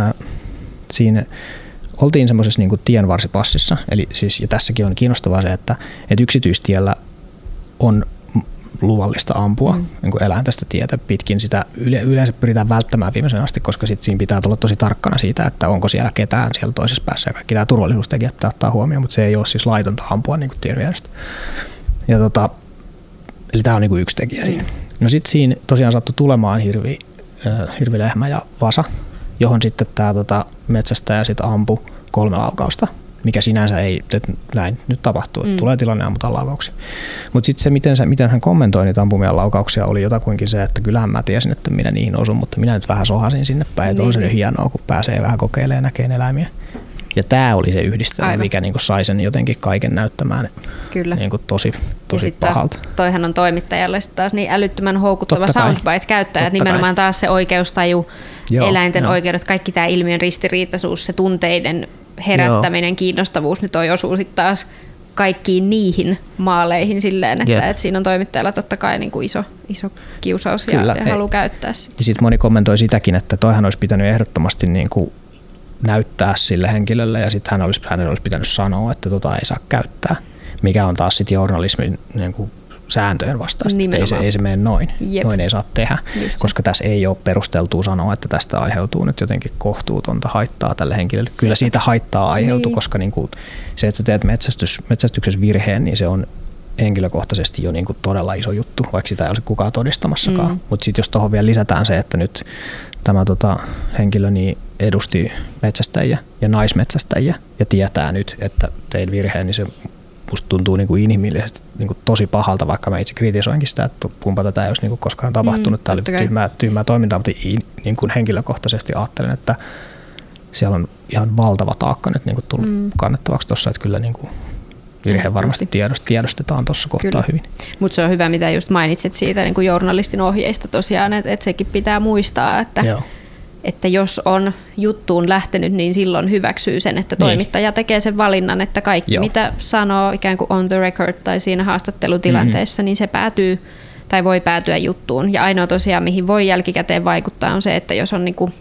siinä oltiin semmoisessa niin kuin tienvarsipassissa, eli siis, ja tässäkin on kiinnostavaa se, että yksityistiellä on luvallista ampua niin kuin eläintä sitä tietä pitkin. Sitä yleensä pyritään välttämään viimeisen asti, koska sit siinä pitää olla tosi tarkkana siitä, että onko siellä ketään siellä toisessa päässä ja kaikki nämä turvallisuustekijät pitää ottaa huomioon, mutta se ei ole siis laitonta ampua niin kuin tien vierestä. Ja eli tämä on niin kuin yksi tekijä siinä. No sitten siinä tosiaan sattui tulemaan hirvilehmä ja vasa, johon sitten tämä metsästäjä sitten 3 laukausta, mikä sinänsä ei, että näin nyt tapahtuu, että tulee tilanne ja ammutaan laukauksia. Mutta sitten se, miten hän kommentoi niitä ampumia laukauksia, oli jotakuinkin se, että kyllähän mä tiesin, että minä niihin osun, mutta minä nyt vähän sohasin sinne päin, että on se nyt hienoa, kun pääsee vähän kokeilemaan ja näkee eläimiä. Ja tämä oli se yhdistelmä, mikä niinku sai sen jotenkin kaiken näyttämään niinku tosi pahalta. Toihan on toimittajalle taas niin älyttömän houkuttava soundbite käyttää, että nimenomaan taas se oikeustaju, eläinten oikeudet, kaikki tämä ilmiön ristiriitaisuus, se tunteiden herättäminen, kiinnostavuus, niin toi osuu sitten taas kaikkiin niihin maaleihin silleen, että siinä on toimittajalla totta kai niin kuin iso kiusaus ja halu käyttää sitä. Ja sitten moni kommentoi sitäkin, että toihan olisi pitänyt ehdottomasti niin kuin näyttää sille henkilölle ja sitten hänen olisi pitänyt sanoa, että tota ei saa käyttää, mikä on taas sitten journalismin niin kuin sääntöjen vastaista. Ei se mene noin. Noin ei saa tehdä, koska tässä ei ole perusteltua sanoa, että tästä aiheutuu nyt jotenkin kohtuutonta haittaa tälle henkilölle. Kyllä siitä haittaa aiheutuu, koska niinku se, että sä teet metsästyksessä virheen, niin se on henkilökohtaisesti jo niinku todella iso juttu, vaikka sitä ei olisi kukaan todistamassakaan. Mutta sitten jos tuohon vielä lisätään se, että nyt tämä henkilö niin edusti metsästäjiä ja naismetsästäjiä ja tietää nyt, että tein virheen, niin se musta tuntuu niin kuin inhimillisesti niin kuin tosi pahalta, vaikka mä itse kritisoinkin sitä, että kumpa tätä ei olisi niin kuin koskaan tapahtunut. Tämä oli tyhmää toimintaa, mutta niin kuin henkilökohtaisesti ajattelen, että siellä on ihan valtava taakka nyt niin kuin tullut kannettavaksi tuossa, että kyllä niin kuin virhe varmasti tiedostetaan tuossa kohtaa hyvin. Mutta se on hyvä, mitä just mainitsit siitä niin kuin journalistin ohjeista tosiaan, että sekin pitää muistaa, että jos on juttuun lähtenyt, niin silloin hyväksyy sen, että toimittaja tekee sen valinnan, että kaikki mitä sanoo ikään kuin on the record tai siinä haastattelutilanteessa, niin se päätyy tai voi päätyä juttuun. Ja ainoa tosiaan, mihin voi jälkikäteen vaikuttaa, on se, että jos on niinku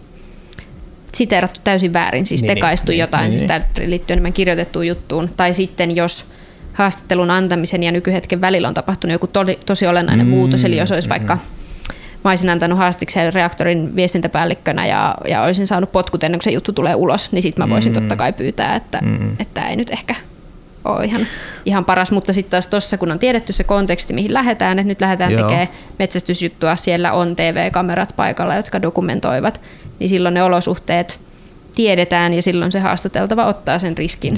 siteerattu täysin väärin, siis tekaistu jotain, siis tämä liittyy enemmän kirjoitettuun juttuun, tai sitten jos haastattelun antamisen ja nykyhetken välillä on tapahtunut joku tosi olennainen muutos, eli jos olisi vaikka mä olisin antanut haastikseen reaktorin viestintäpäällikkönä ja olisin saanut potkut ennen kuin se juttu tulee ulos, niin sitten mä voisin totta kai pyytää, että ei nyt ehkä ole ihan paras. Mutta sitten taas tuossa, kun on tiedetty se konteksti, mihin lähdetään, että nyt lähdetään tekemään metsästysjuttua, siellä on TV-kamerat paikalla, jotka dokumentoivat, niin silloin ne olosuhteet tiedetään ja silloin se haastateltava ottaa sen riskin.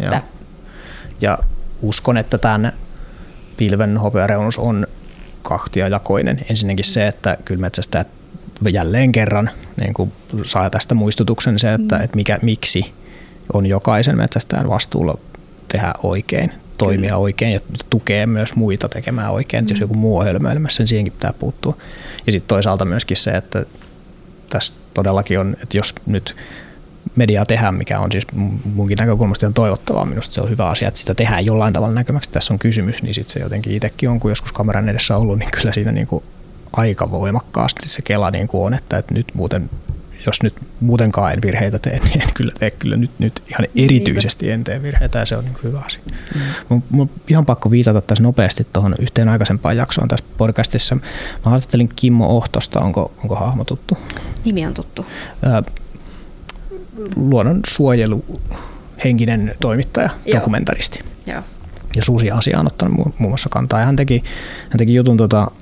Ja uskon, että tämän pilven hopeareunus on kahtiajakoinen. Ensinnäkin se, että kyllä metsästäjät jälleen kerran niin kuin saa tästä muistutuksen se, että miksi on jokaisen metsästäjän vastuulla tehdä oikein, toimia oikein ja tukea myös muita tekemään oikein. Että jos joku muu on hölmöilemässä, niin siihenkin pitää puuttua. Ja sitten toisaalta myöskin se, että tässä todellakin on, että jos nyt mediaa tehdään, mikä on siis munkin näkökulmasta on toivottavaa, minusta se on hyvä asia, että sitä tehdään jollain tavalla näkymäksi, tässä on kysymys, niin sitten se jotenkin itsekin on, kun joskus kameran edessä ollut, niin kyllä siinä niin kuin aika voimakkaasti se kela niin kuin on, että nyt muuten, jos nyt muutenkaan en virheitä tee, niin en kyllä tee nyt ihan erityisesti en tee virheitä ja se on niin kuin hyvä asia. Mun on ihan pakko viitata tässä nopeasti tuohon yhteen aikaisempaan jaksoon tässä podcastissa. Mä haastattelin Kimmo Ohtosta, onko hahmo tuttu? Nimi on tuttu. Luonnonsuojeluhenkinen toimittaja, dokumentaristi. Joo. Ja susi-asiaan on ottanut muun muassa kantaa. Ja hän teki jutun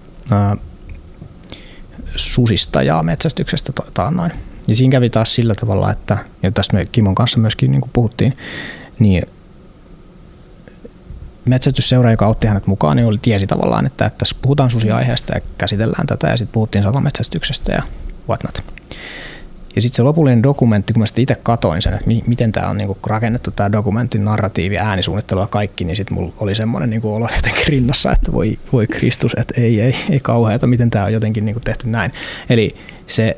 susista ja metsästyksestä taannoin. Ja siinä kävi taas sillä tavalla, että ja tästä me Kimon kanssa myöskin niin kuin puhuttiin, niin metsästysseura, joka otti hänet mukaan, niin tiesi tavallaan, että tässä puhutaan susiaiheesta ja käsitellään tätä ja sitten puhuttiin salametsästyksestä ja whatnot. Ja sitten se lopullinen dokumentti, kun mä itse katoin sen, että miten tämä on niinku rakennettu, tämä dokumentin narratiivi, äänisuunnittelu ja kaikki, niin sitten mulla oli semmoinen niinku olo jotenkin rinnassa, että voi Kristus, että ei kauheata, miten tämä on jotenkin niinku tehty näin. Eli se,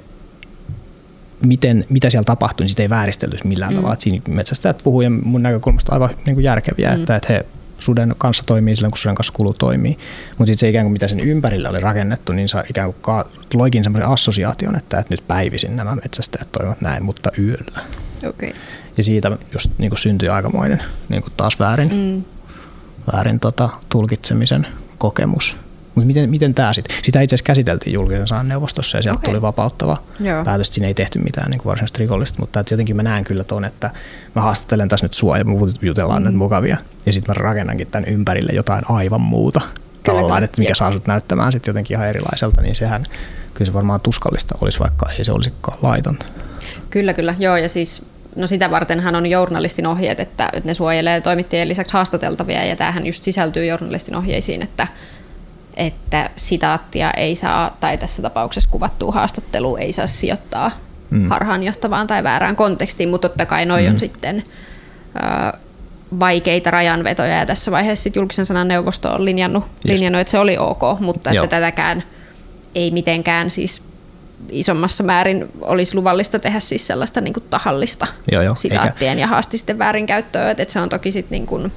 mitä siellä tapahtui, niin sitä ei vääristelty millään tavalla. Että siinä metsästäjät puhuu ja mun näkökulmasta aivan niinku järkeviä, että he suden kanssa toimii silloin, kun suden kanssa kuuluu toimii. Mutta sitten se ikään kuin mitä sen ympärillä oli rakennettu, niin se ikään kuin loikin semmoisen assosiaation, että nyt päivisin nämä metsästäjät toimivat näin, mutta yöllä. Okay. Ja siitä just niin kuin syntyi aikamoinen niin kuin taas väärin tulkitsemisen kokemus. Mutta miten tämä sitten? Sitä itse asiassa käsiteltiin julkisen sanan neuvostossa ja sieltä tuli vapauttava päätös. Siinä ei tehty mitään niin kuin varsinaisesti rikollista, mutta jotenkin mä näen kyllä tuon, että mä haastattelen tässä nyt sua ja me jutellaan nyt mukavia. Ja sitten mä rakennankin tämän ympärille jotain aivan muuta. Tavallaan, että mikä saa sut näyttämään sitten jotenkin ihan erilaiselta, niin sehän kyllä se varmaan tuskallista olisi, vaikka ei se olisikaan laitonta. Kyllä, joo. Ja siis no sitä vartenhan on journalistin ohjeet, että ne suojelee toimittajien lisäksi haastateltavia, ja tämähän just sisältyy journalistin ohjeisiin, että sitaattia ei saa, tai tässä tapauksessa kuvattua haastattelua ei saa sijoittaa harhaanjohtavaan tai väärään kontekstiin, mutta totta kai noi on sitten vaikeita rajanvetoja, ja tässä vaiheessa sit julkisen sanan neuvosto on linjannut, että se oli ok, mutta että tätäkään ei mitenkään siis isommassa määrin olisi luvallista tehdä siis sellaista niin kuin tahallista sitaattien ja haastisten väärinkäyttöä, että se on toki sitten niin kuin,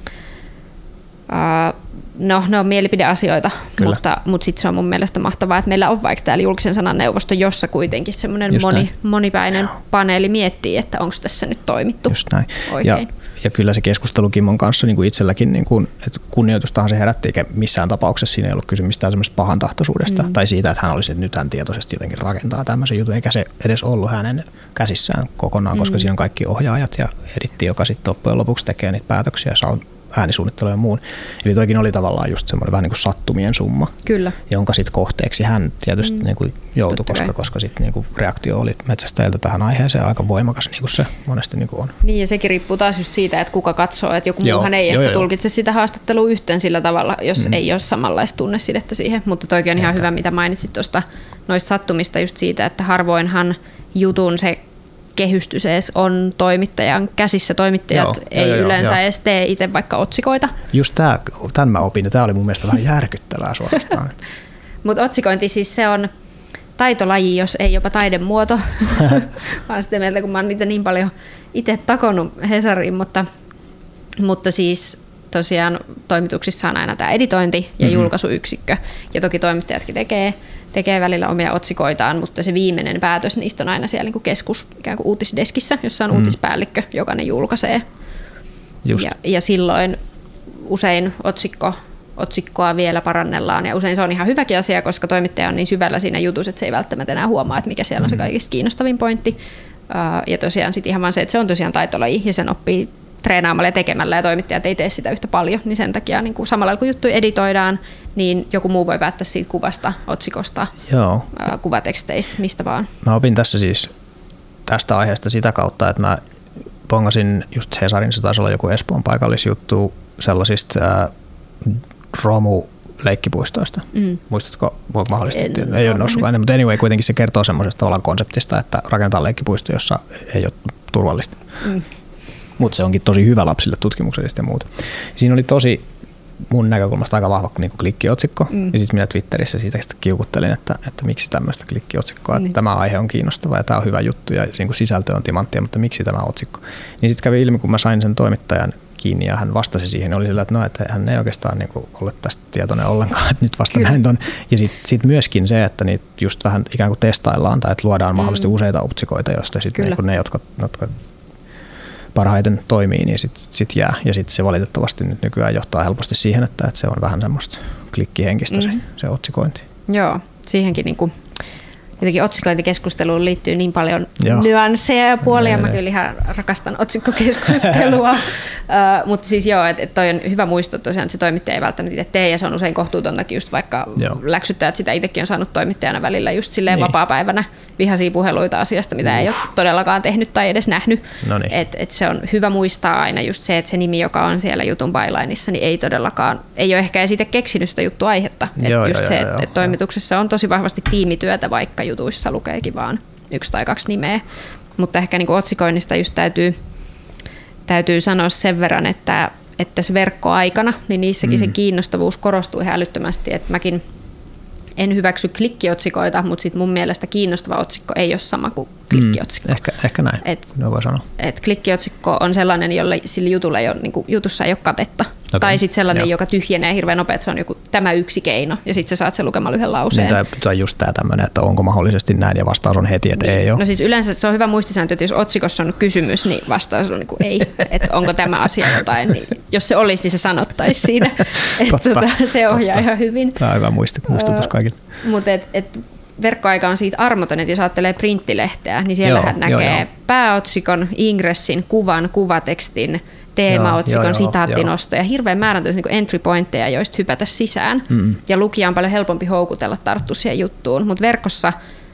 ne on mielipideasioita, mutta sitten se on mun mielestä mahtavaa, että meillä on vaikka täällä julkisen sanan neuvosto, jossa kuitenkin semmoinen monipäinen paneeli miettii, että onko tässä nyt toimittu oikein. Ja kyllä se keskustelu Kimmon kanssa niin kuin itselläkin, niin kuin, että kunnioitustahan se herätti, eikä missään tapauksessa siinä ei ollut kysymys mistään semmoista pahantahtoisuudesta tai siitä, että hän olisi, että nyt hän tietoisesti jotenkin rakentaa tämmöisen jutun, eikä se edes ollut hänen käsissään kokonaan, koska siinä on kaikki ohjaajat ja editti, joka sitten loppujen lopuksi tekee niitä päätöksiä, äänisuunnittelua ja muun. Eli toikin oli tavallaan just semmoinen vähän niin kuin sattumien summa, jonka sitten kohteeksi hän tietysti niin kuin joutui, koska sitten niin kuin reaktio oli metsästäjältä tähän aiheeseen aika voimakas, niin kuin se monesti niin kuin on. Niin, ja sekin riippuu taas just siitä, että kuka katsoo, että joku muuhan ei ehkä tulkitse sitä haastattelua yhteen sillä tavalla, jos ei ole samanlaista tunnesidettä siihen, mutta toikin on ihan hyvä, mitä mainitsit tuosta noista sattumista just siitä, että harvoinhan jutun se kehystys edes on toimittajan käsissä. Toimittajat ei yleensä edes tee itse vaikka otsikoita. Just tämän mä opin, ja tämä oli mun mielestä vähän järkyttävää suorastaan. Mutta otsikointi siis se on taitolaji, jos ei jopa taidemuoto. Vaan sitten mieltä, kun mä oon niitä niin paljon itse takonut Hesariin, mutta siis tosiaan toimituksissa on aina tämä editointi ja julkaisuyksikkö. Ja toki toimittajatkin tekee välillä omia otsikoitaan, mutta se viimeinen päätös niistä on aina siellä niin kuin ikään kuin uutisdeskissä, jossa on uutispäällikkö, joka ne julkaisee. Ja silloin usein otsikkoa vielä parannellaan, ja usein se on ihan hyväkin asia, koska toimittaja on niin syvällä siinä jutussa, että se ei välttämättä enää huomaa, että mikä siellä on se kaikista kiinnostavin pointti. Ja tosiaan sitten ihan vaan se, että se on tosiaan taitolaji, ja sen oppii treenaamalla ja tekemällä, ja toimittajat ei tee sitä yhtä paljon, niin sen takia niin kuin samalla kun juttuja editoidaan, niin joku muu voi päättää siitä kuvasta, otsikosta, kuvateksteistä, mistä vaan. Mä opin tässä siis tästä aiheesta sitä kautta, että mä pongasin just Hesarin, se taisi olla joku Espoon paikallisjuttu sellaisista romu-leikkipuistoista. Muistatko mahdollisesti? Ei ole noussut aina, mutta anyway, kuitenkin se kertoo semmoisesta tavallaan konseptista, että rakentaa leikkipuisto, jossa ei ole turvallista. Mutta se onkin tosi hyvä lapsille tutkimuksellisesti ja muuta. Siinä oli tosi mun näkökulmasta aika vahva niin kuin klikkiotsikko. Ja sitten minä Twitterissä siitä kiukuttelin, että miksi tämmöistä klikkiotsikkoa. Että tämä aihe on kiinnostava ja tämä on hyvä juttu ja niin kuin sisältö on timanttia, mutta miksi tämä otsikko. Niin sitten kävi ilmi, kun mä sain sen toimittajan kiinni ja hän vastasi siihen, oli sillä, että hän ei oikeastaan niin kuin ollut tästä tietoinen ollenkaan, että nyt vasta näin on. Ja sitten myöskin se, että niitä just vähän ikään kuin testaillaan tai että luodaan mahdollisesti useita otsikoita, joista sitten niin ne, jotka parhaiten toimii, niin sit jää. Ja sitten se valitettavasti nyt nykyään johtaa helposti siihen, että se on vähän semmoista klikkihenkistä se otsikointi. Joo, siihenkin niinku jotenkin otsikointikeskusteluun liittyy niin paljon nyansseja ja puolia. Mä kyllä ihan rakastan otsikkokeskustelua. Mutta siis että toi on hyvä muisto tosiaan, että se toimittaja ei välttämättä itse tee, ja se on usein kohtuutontakin just vaikka läksyttäjät sitä itsekin on saanut toimittajana välillä just silleen vapaapäivänä vihaisia puheluita asiasta, mitä ei ole todellakaan tehnyt tai edes nähnyt. Et se on hyvä muistaa aina just se, että se nimi, joka on siellä jutun bylineissa, niin ei todellakaan, ei ole ehkä siitä keksinyt sitä juttuaihetta. Että toimituksessa on tosi vahvasti tiimityötä, vaikka jutuissa lukeekin vaan 1 tai 2 nimeä. Mutta ehkä niin otsikoinnista just täytyy sanoa sen verran, että se verkkoaikana, niin niissäkin se kiinnostavuus korostuu ihan älyttömästi. Että mäkin en hyväksy klikkiotsikoita, mutta sit mun mielestä kiinnostava otsikko ei ole sama kuin klikkiotsikko. Ehkä näin, voi sanoa. Klikkiotsikko on sellainen, jolle sillä jutulla ei ole, niin jutussa ei ole katetta. Tai sitten sellainen, joka tyhjenee hirveän nopeasti, se on joku tämä yksi keino, ja sitten sä saat sen lukemalla yhden lauseen. Tai just tämä tämmöinen, että onko mahdollisesti näin, ja vastaus on heti, että ei ole. No siis yleensä se on hyvä muistisääntö, että jos otsikossa on kysymys, niin vastaus on niin kuin ei, että onko tämä asia jotain. Niin jos se olisi, niin se sanottaisi siinä, että se ohjaa ihan hyvin. Tämä on hyvä muistutus kaikille. Mutta verkkoaika on siitä armoton, että jos ajattelee printtilehteä, niin siellähän näkee pääotsikon, ingressin, kuvan, kuvatekstin, teemaotsikon, sitaattinosto ja hirveän määrän niin entry pointteja, joista hypätä sisään. Ja lukija on paljon helpompi houkutella tarttua siihen juttuun, mutta verkossa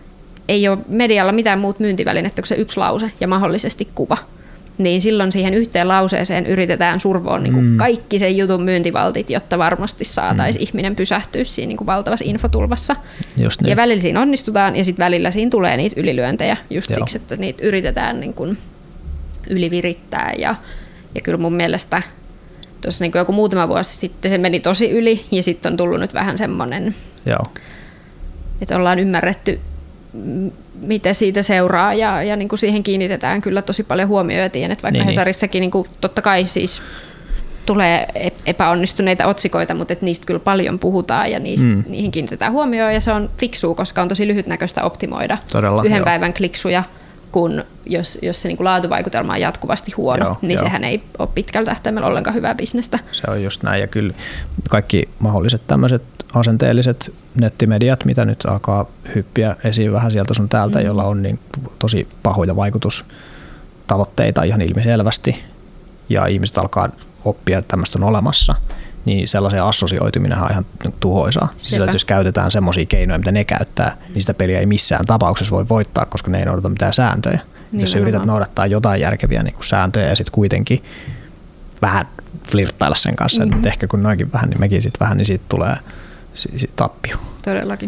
ei ole medialla mitään muut myyntivälinettä kuin se yksi lause ja mahdollisesti kuva. Niin silloin siihen yhteen lauseeseen yritetään survoa niin kuin kaikki sen jutun myyntivaltit, jotta varmasti saataisiin ihminen pysähtyä siinä niin kuin valtavassa infotulvassa. Niin. Ja välillä siinä onnistutaan ja sitten välillä siinä tulee niitä ylilyöntejä just siksi, että niitä yritetään niin kuin ylivirittää. Ja kyllä mun mielestä tuossa niin kuin joku muutama vuosi sitten se meni tosi yli ja sitten on tullut nyt vähän semmoinen, että ollaan ymmärretty, mitä siitä seuraa ja niin kuin siihen kiinnitetään kyllä tosi paljon huomioon ja tiedän, että vaikka Hesarissakin niin kuin totta kai siis tulee epäonnistuneita otsikoita, mutta että niistä kyllä paljon puhutaan ja niihin kiinnitetään huomioon ja se on fiksua, koska on tosi lyhytnäköistä optimoida yhden päivän kliksuja, kun jos se niin kuin laatuvaikutelma on jatkuvasti huono, sehän ei ole pitkällä tähtäimellä ollenkaan hyvää bisnestä. Se on just näin ja kyllä kaikki mahdolliset tämmöiset asenteelliset nettimediat, mitä nyt alkaa hyppiä esiin vähän sieltä sun täältä, jolla on niin tosi pahoja vaikutustavoitteita ihan ilmiselvästi ja ihmiset alkaa oppia, että tämmöistä on olemassa, niin sellaisen assosioituminen on ihan tuhoisaa. Sillä, jos käytetään semmoisia keinoja, mitä ne käyttää, niin sitä peliä ei missään tapauksessa voi voittaa, koska ne ei noudata mitään sääntöjä. Jos sä yrität noudattaa jotain järkeviä niin kuin sääntöjä ja sitten kuitenkin vähän flirttailla sen kanssa, että ehkä kun noinkin vähän, niin mekin sitten vähän, niin siitä tulee tappio. Todellakin.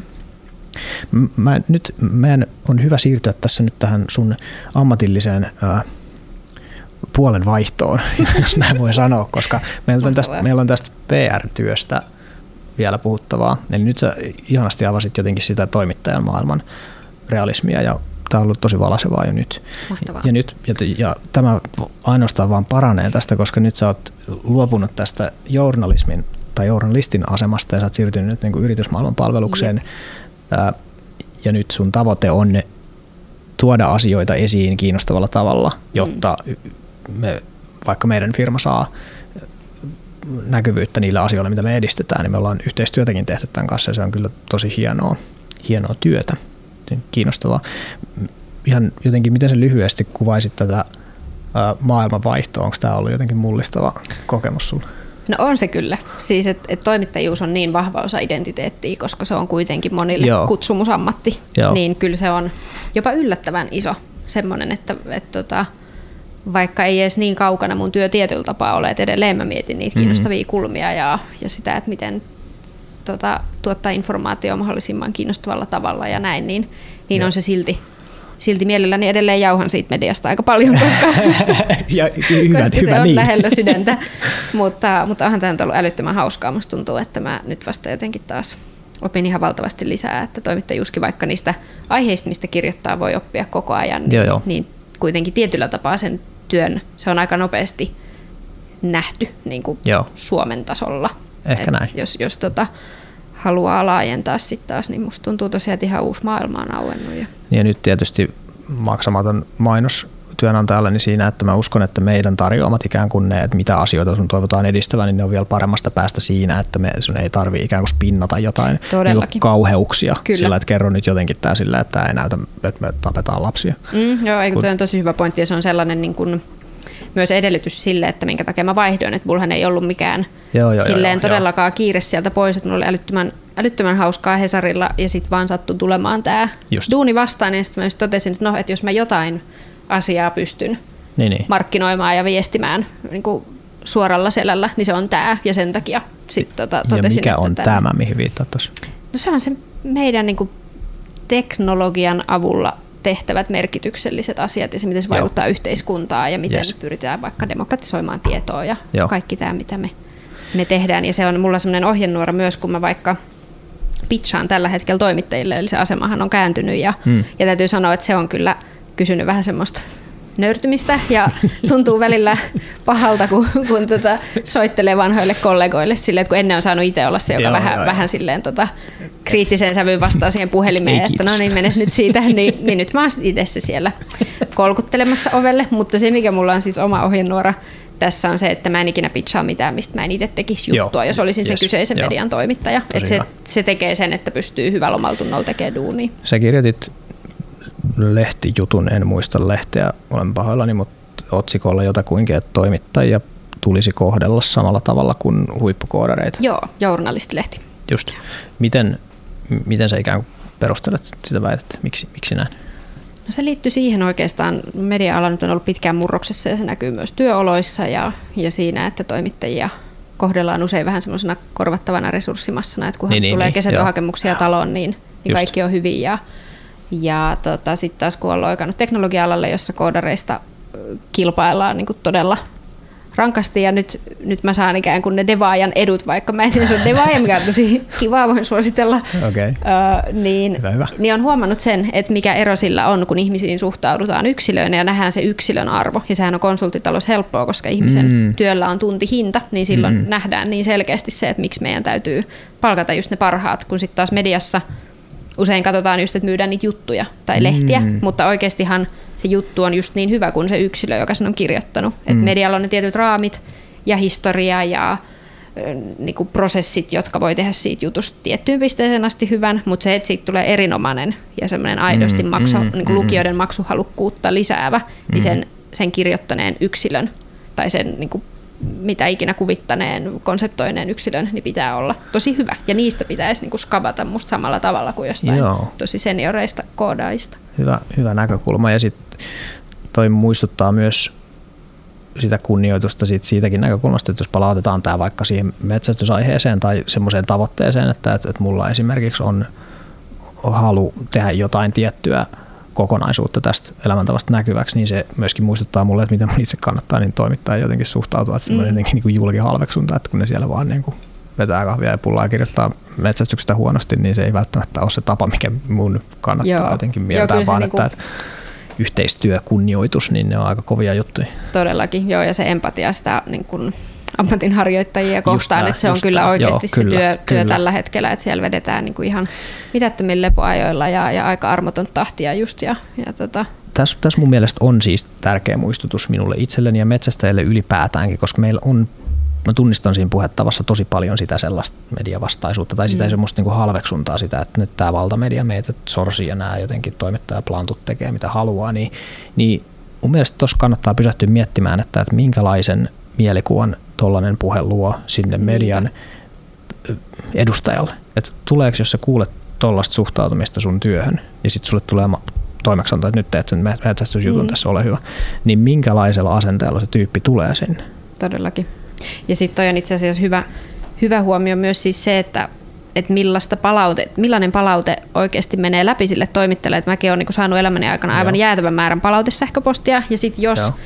Meidän on hyvä siirtyä tässä nyt tähän sun ammatilliseen puolen vaihtoon, jos näin voi sanoa, koska meillä on tästä PR-työstä vielä puhuttavaa. Eli nyt sä ihanasti avasit jotenkin sitä toimittajan maailman realismia ja tämä on ollut tosi valaisevaa jo nyt. Mahtavaa. Ja tämä ainoastaan vaan paranee tästä, koska nyt sä oot luopunut tästä journalismin tai journalistin asemasta ja sä oot siirtynyt nyt niin kuin yritysmaailman palvelukseen. Ja nyt sun tavoite on tuoda asioita esiin kiinnostavalla tavalla, jotta vaikka meidän firma saa näkyvyyttä niillä asioilla, mitä me edistetään, niin me ollaan yhteistyötäkin tehty tämän kanssa ja se on kyllä tosi hienoa työtä. Kiinnostavaa. Ihan jotenkin, miten sä lyhyesti kuvaisit tätä maailmanvaihtoa? Onko tämä ollut jotenkin mullistava kokemus sulla? No on se kyllä. Siis, että toimittajuus on niin vahva osa identiteettiä, koska se on kuitenkin monille kutsumusammatti. Niin kyllä se on jopa yllättävän iso semmoinen, että vaikka ei edes niin kaukana mun työ tietyllä tapaa ole, että edelleen mä mietin niitä kiinnostavia kulmia ja sitä, että miten tuottaa informaatiota mahdollisimman kiinnostavalla tavalla ja näin, niin on se silti mielelläni edelleen jauhan siitä mediasta aika paljon, koska se on lähellä sydäntä. mutta onhan tämä ollut älyttömän hauskaa. Musta tuntuu, että mä nyt vasta jotenkin taas opin ihan valtavasti lisää, että toimittajuuskin vaikka niistä aiheista, mistä kirjoittaa, voi oppia koko ajan, niin kuitenkin tietyllä tapaa sen työn, se on aika nopeasti nähty niin kuin Suomen tasolla. Ehkä näin. Jos haluaa laajentaa sitten taas, niin musta tuntuu tosiaan, että ihan uusi maailma on auennut. Ja nyt tietysti maksamaton mainos työnantajalle niin siinä, että mä uskon, että meidän tarjoamat ikään kuin ne, että mitä asioita sun toivotaan edistävän, niin ne on vielä paremmasta päästä siinä, että sun ei tarvitse ikään kuin spinnata jotain kauheuksia sillä, että kerro nyt jotenkin tää sillä, että tämä ei näytä, että me tapetaan lapsia. Tuo on tosi hyvä pointti ja se on sellainen niin kuin myös edellytys sille, että minkä takia mä vaihdoin, että mullahan ei ollut mikään todellakaan kiire sieltä pois, että mulla oli älyttömän hauskaa Hesarilla ja sitten vaan sattui tulemaan tämä duuni vastaan ja sitten mä just totesin, että että jos mä jotain asiaa pystyn markkinoimaan ja viestimään niin kuin suoralla selällä, niin se on tämä ja sen takia sitten totesin, mikä on tämä, mihin viittaat tuossa? No se on se meidän niin kuin teknologian avulla tehtävät merkitykselliset asiat ja se, miten se vaikuttaa yhteiskuntaan ja miten pyritään vaikka demokratisoimaan tietoa ja kaikki tämä, mitä me tehdään. Ja se on mulla semmoinen ohjenuora myös, kun mä vaikka pitchaan tällä hetkellä toimittajille, eli se asemahan on kääntynyt ja täytyy sanoa, että se on kyllä kysynyt vähän semmoista nöyrtymistä ja tuntuu välillä pahalta, kun soittelee vanhoille kollegoille silleen, että kun ennen on saanut itse olla se, joka vähän silleen kriittiseen sävyyn vastaa siihen puhelimeen, että no niin, menes nyt siitä, niin nyt mä oon itse se siellä kolkuttelemassa ovelle, mutta se mikä mulla on siis oma ohjenuora tässä on se, että mä en ikinä pitchaa mitään, mistä mä en itse tekisi juttua, jos olisin sen kyseisen median toimittaja. Että se tekee sen, että pystyy hyvällä omalla tunnolla tekemään duunia. Sä kirjoitit lehtijutun, en muista lehteä, olen pahoillani, mutta otsikolla jotakuinkin, että toimittajia tulisi kohdella samalla tavalla kuin huippukoodareita. Joo, journalistilehti. Just. Miten sä ikään kuin perustelet sitä väitettä? Miksi näin? No se liittyy siihen oikeastaan. Media-ala nyt on ollut pitkään murroksessa ja se näkyy myös työoloissa ja siinä, että toimittajia kohdellaan usein vähän semmoisena korvattavana resurssimassana, että kunhan tulee kesätyöhakemuksia taloon, niin kaikki on hyvin. Ja sitten taas kun on loikannut teknologia-alalle, jossa koodareista kilpaillaan niin kuin todella rankasti ja nyt mä saan ikään kuin ne devaajan edut, vaikka mä en edes ole devaaja, mikä on tosi kivaa, voin suositella, niin on huomannut sen, että mikä ero sillä on, kun ihmisiin suhtaudutaan yksilöinä ja nähdään se yksilön arvo. Ja sehän on konsulttitalous helppoa, koska ihmisen työllä on tuntihinta, niin silloin nähdään niin selkeästi se, että miksi meidän täytyy palkata just ne parhaat, kun sitten taas mediassa usein katsotaan just, että myydään niitä juttuja tai lehtiä, mutta oikeastihan se juttu on just niin hyvä kuin se yksilö, joka sen on kirjoittanut. Et medialla on ne tietyt raamit ja historia ja niinku prosessit, jotka voi tehdä siitä jutusta tiettyyn pisteeseen asti hyvän, mutta se, että siitä tulee erinomainen ja semmoinen aidosti niinku lukijoiden maksuhalukkuutta lisäävä, niin sen kirjoittaneen yksilön tai sen niinku mitä ikinä kuvittaneen, konseptoineen yksilön, niin pitää olla tosi hyvä. Ja niistä pitäisi niinku skavata musta samalla tavalla kuin jostain tosi senioreista koodaista. Hyvä näkökulma. Ja sitten toi muistuttaa myös sitä kunnioitusta siitäkin näkökulmasta, että jos palautetaan tämä vaikka siihen metsästysaiheeseen tai semmoiseen tavoitteeseen, että mulla esimerkiksi on halu tehdä jotain tiettyä kokonaisuutta tästä elämäntavasta näkyväksi, niin se myöskin muistuttaa mulle, että miten mun itse kannattaa niin toimittaa ja jotenkin suhtautua, että semmoinen jotenkin niin julkihalveksunta, että kun ne siellä vaan niin kuin vetää kahvia ja pullaa ja kirjoittaa metsästyksestä huonosti, niin se ei välttämättä ole se tapa, mikä mun kannattaa jotenkin mieltää, vaan että yhteistyö, kunnioitus, niin ne on aika kovia juttuja. Todellakin, ja se empatia sitä niin kuin ammatinharjoittajia kohtaan, että se on kyllä oikeasti se työ tällä hetkellä, että siellä vedetään niin kuin ihan mitättömillä lepoajoilla ja aika armoton tahtia just. Tässä mun mielestä on siis tärkeä muistutus minulle itselleni ja metsästäjille ylipäätäänkin, koska meillä on, mä tunnistan siinä puhettavassa tosi paljon sitä sellaista mediavastaisuutta tai sitä semmoista niin kuin halveksuntaa sitä, että nyt tämä valtamedia meitä sorsii ja nämä jotenkin toimittajaplantut tekee mitä haluaa, niin mun mielestä tuossa kannattaa pysähtyä miettimään, että minkälaisen mielikuvan tollainen puhe luo sinne median edustajalle. Että tuleeko, jos sä kuulet tollaista suhtautumista sun työhön ja sitten sulle tulee toimeksianto, että nyt teet sen metsästysjutun tässä, ole hyvä, niin minkälaisella asenteella se tyyppi tulee sinne? Todellakin. Ja sitten toi on itse asiassa hyvä huomio myös siis se, että millainen palaute oikeasti menee läpi sille toimittajalle. Että mäkin olen niin saanut elämäni aikana aivan jäätävän määrän palautesähköpostia ja sitten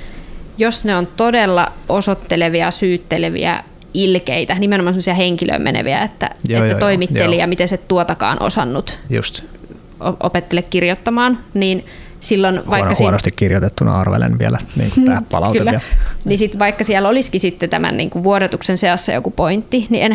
jos ne on todella osoittelevia, syytteleviä, ilkeitä, nimenomaan sellaisia henkilöön meneviä, että toimittelija, miten se tuotakaan osannut opettele kirjoittamaan, niin silloin vaikka huonosti kirjoitettuna arvelen vielä niin tämä palaute kyllä. Vielä. Niin sit vaikka siellä olisikin sitten tämän niin kuin vuodatuksen seassa joku pointti, niin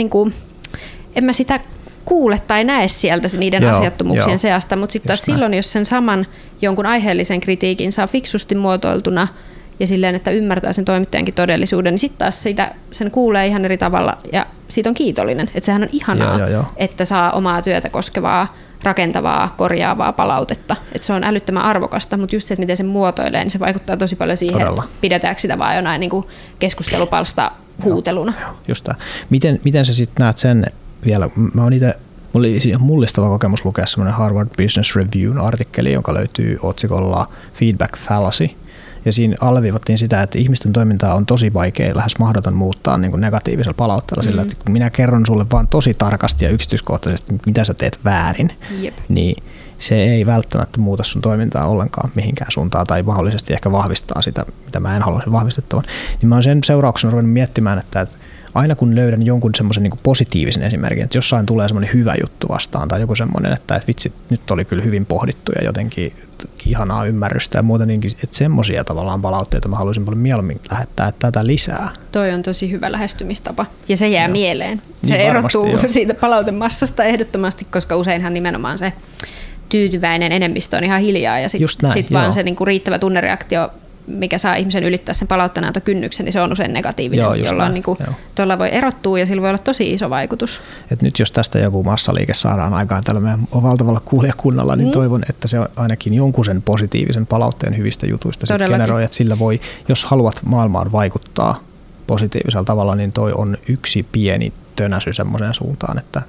en mä sitä kuule tai näe sieltä niiden asiattomuuksien seasta, mutta sitten taas silloin, jos sen saman jonkun aiheellisen kritiikin saa fiksusti muotoiltuna ja silleen, että ymmärtää sen toimittajankin todellisuuden, niin sitten taas sen kuulee ihan eri tavalla ja siitä on kiitollinen. Että sehän on ihanaa, että saa omaa työtä koskevaa, rakentavaa, korjaavaa palautetta. Että se on älyttömän arvokasta, mutta just se, että miten se muotoilee, niin se vaikuttaa tosi paljon siihen, että pidetäänkö sitä vaan jonain niin kuin keskustelupalsta huuteluna. Just tämä. Miten sä sitten näet sen vielä? Mulla oli mullistava kokemus lukea semmoinen Harvard Business Reviewn artikkeli, joka löytyy otsikolla Feedback Fallacy. Ja siinä alleviivattiin sitä, että ihmisten toimintaa on tosi vaikea, lähes mahdoton muuttaa niin kuin negatiivisella palautteella sillä, että kun minä kerron sulle vaan tosi tarkasti ja yksityiskohtaisesti, mitä sä teet väärin, niin se ei välttämättä muuta sun toimintaa ollenkaan mihinkään suuntaan tai mahdollisesti ehkä vahvistaa sitä, mitä mä en haluaisi vahvistettavan. Niin mä oon sen seurauksena ruvennut miettimään, että aina kun löydän jonkun semmoisen niin kuin positiivisen esimerkin, että jossain tulee semmoinen hyvä juttu vastaan tai joku semmoinen, että vitsi, nyt oli kyllä hyvin pohdittu ja jotenkin ihanaa ymmärrystä ja muuta, niin että semmoisia tavallaan palautteita mä haluaisin paljon mieluummin lähettää tätä lisää. Toi on tosi hyvä lähestymistapa ja se jää mieleen. Se niin erottuu siitä palautemassasta ehdottomasti, koska useinhan nimenomaan se tyytyväinen enemmistö on ihan hiljaa ja sitten vaan se niinku riittävä tunnereaktio, mikä saa ihmisen ylittää sen palautteanantokynnyksen, niin se on usein negatiivinen, jolloin niin tuolla voi erottua ja sillä voi olla tosi iso vaikutus. Et nyt jos tästä joku massaliike saadaan aikaan tällä meidän valtavalla kuulijakunnalla, niin toivon, että se ainakin jonkun sen positiivisen palautteen hyvistä jutuista generoi, että sillä voi, jos haluat maailmaan vaikuttaa positiivisella tavalla, niin toi on yksi pieni tönäsy semmoiseen suuntaan, että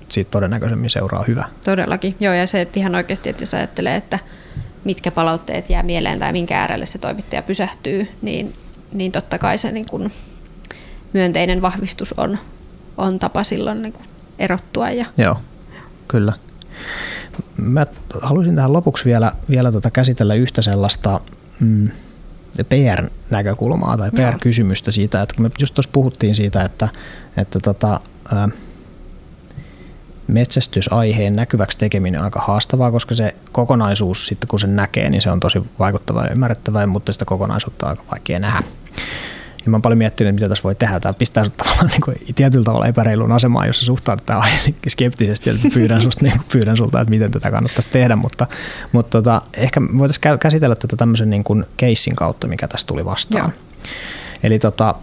siitä todennäköisemmin seuraa hyvä. Todellakin, joo, ja se, että ihan oikeasti, että jos ajattelee, että mitkä palautteet jää mieleen tai minkä äärelle se toimittaja pysähtyy, niin totta kai se niin kuin myönteinen vahvistus on tapa silloin niin kuin erottua. Joo, kyllä. Mä haluaisin tähän lopuksi vielä käsitellä yhtä sellaista PR-näkökulmaa tai PR-kysymystä siitä, että kun me just tuossa puhuttiin siitä, että metsästysaiheen näkyväksi tekeminen on aika haastavaa, koska se kokonaisuus sitten kun sen näkee, niin se on tosi vaikuttavaa ja ymmärrettävää, mutta sitä kokonaisuutta on aika vaikea nähdä. Ja mä oon paljon miettinyt, mitä tässä voi tehdä. Tämä pistää sut tavallaan niin tietyllä tavalla epäreiluun asemaan, jos sä suhtaudut tähän aiheeseen skeptisesti, että pyydän sulta, että miten tätä kannattaisi tehdä, mutta ehkä voitaisiin käsitellä tätä tämmöisen niin kuin keissin kautta, mikä tässä tuli vastaan. Joo. Eli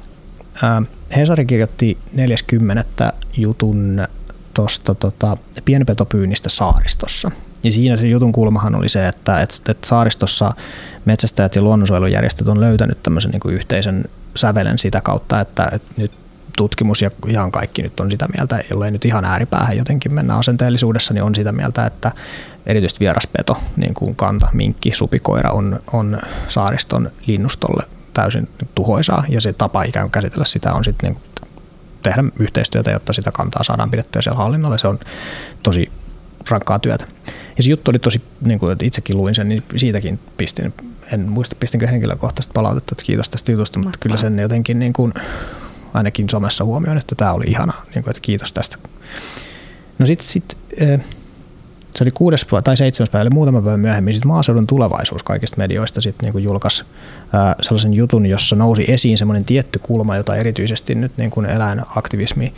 Hesari kirjoitti 4.10. jutun tuosta pienpetopyynnistä saaristossa. Ja siinä se jutun kulmahan oli se, että saaristossa metsästäjät ja luonnonsuojelujärjestöt on löytänyt tämmöisen niin kuin yhteisen sävelen sitä kautta, että nyt tutkimus ja ihan kaikki nyt on sitä mieltä, jollei nyt ihan ääripäähän jotenkin mennä asenteellisuudessa, niin on sitä mieltä, että erityisesti vieraspeto, niin kuin kanta, minkki, supikoira on saariston linnustolle täysin tuhoisaa, ja se tapa ikään kuin käsitellä sitä on sitten niin tehdä yhteistyötä, jotta sitä kantaa saadaan pidettyä siellä hallinnalla. Se on tosi rankkaa työtä. Ja se juttu oli tosi, niin kuin itsekin luin sen, niin siitäkin pistin, en muista pistinkö henkilökohtaista palautetta, että kiitos tästä jutusta, mutta kyllä sen jotenkin niin kuin, ainakin somessa huomioon, että tämä oli ihana, niin kuin, että kiitos tästä. No sitten se oli 6. tai 7. päivä, eli muutama päivä myöhemmin, sitten Maaseudun Tulevaisuus kaikista medioista sitten niin kuin julkaisi sellaisen jutun, jossa nousi esiin semmoinen tietty kulma, jota erityisesti nyt niin kuin eläinaktivismi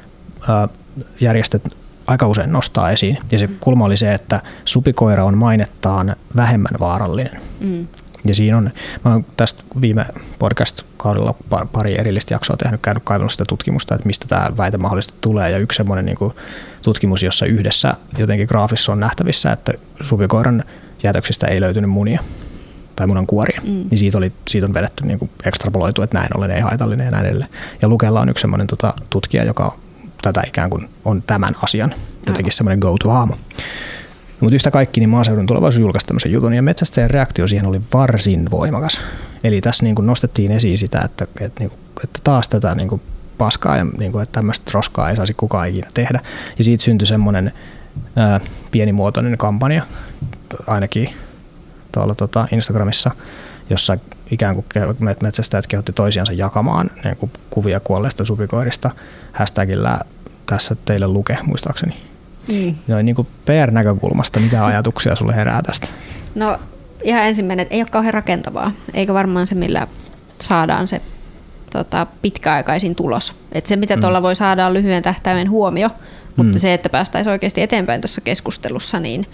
järjestöt aika usein nostaa esiin. Ja se kulma oli se, että supikoira on mainettaan vähemmän vaarallinen. Mm. Ja siinä on, mä oon tästä viime podcast-kaudella pari erillistä jaksoa käynyt kaivannut sitä tutkimusta, että mistä tämä väite mahdollisesti tulee. Ja yksi semmoinen niin kuin tutkimus, jossa yhdessä jotenkin graafissa on nähtävissä, että supikoiran jätöksistä ei löytynyt munia tai munankuoria. Niin siitä on vedetty niin kuin ekstrapoloitu, että näin ollen ei haitallinen ja näin edelleen. Ja Lukella on yksi semmoinen tutkija, joka tätä ikään kuin on tämän asian jotenkin semmoinen go-to-haamo. Mutta yhtä kaikki, niin Maaseudun Tulevaisuus julkaisi tämmöisen jutun, ja metsästäjän reaktio siihen oli varsin voimakas. Eli tässä niin kuin nostettiin esiin sitä, että taas tätä niin kuin paskaa ja niin kuin, että tämmöistä roskaa ei saisi kukaan ikinä tehdä. Ja siitä syntyi semmoinen pienimuotoinen kampanja, ainakin tuolla Instagramissa, jossa ikään kuin metsästäjät kehotti toisiansa jakamaan niin kuin kuvia kuolleista supikoirista hashtagillä tässä teille Luke, muistaakseni. Noin niin kuin PR-näkökulmasta, mitä ajatuksia sulle herää tästä? No ihan ensimmäinen, että ei ole kauhean rakentavaa, eikä varmaan se, millä saadaan se pitkäaikaisin tulos. Että se, mitä tuolla voi saada, on lyhyen tähtäimen huomio, mutta se, että päästäisiin oikeasti eteenpäin tuossa keskustelussa, niin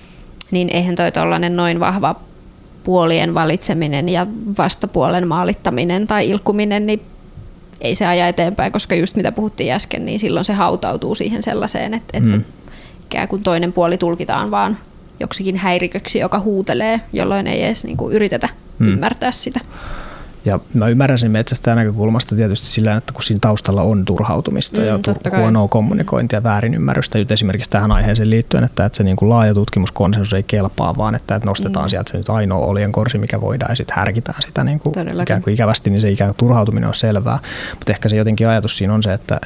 eihän toi tollainen noin vahva puolien valitseminen ja vastapuolen maalittaminen tai ilkkuminen, niin ei se aja eteenpäin, koska just mitä puhuttiin äsken, niin silloin se hautautuu siihen sellaiseen, että se ikään kuin toinen puoli tulkitaan vaan joksikin häiriköksi, joka huutelee, jolloin ei edes niin kuin yritetä ymmärtää sitä. Ja mä ymmärrän sen metsästäjän näkökulmasta tietysti sillä, että kun siinä taustalla on turhautumista ja huonoa kommunikointia ja väärinymmärrystä, esimerkiksi tähän aiheeseen liittyen, että se niin kuin laaja tutkimuskonsensus ei kelpaa, vaan että nostetaan sieltä se nyt ainoa oljenkorsi, mikä voidaan, ja sitten härkitään sitä niin kuin ikään kuin ikävästi, niin se ikään kuin turhautuminen on selvää. Mutta ehkä se jotenkin ajatus siinä on se, että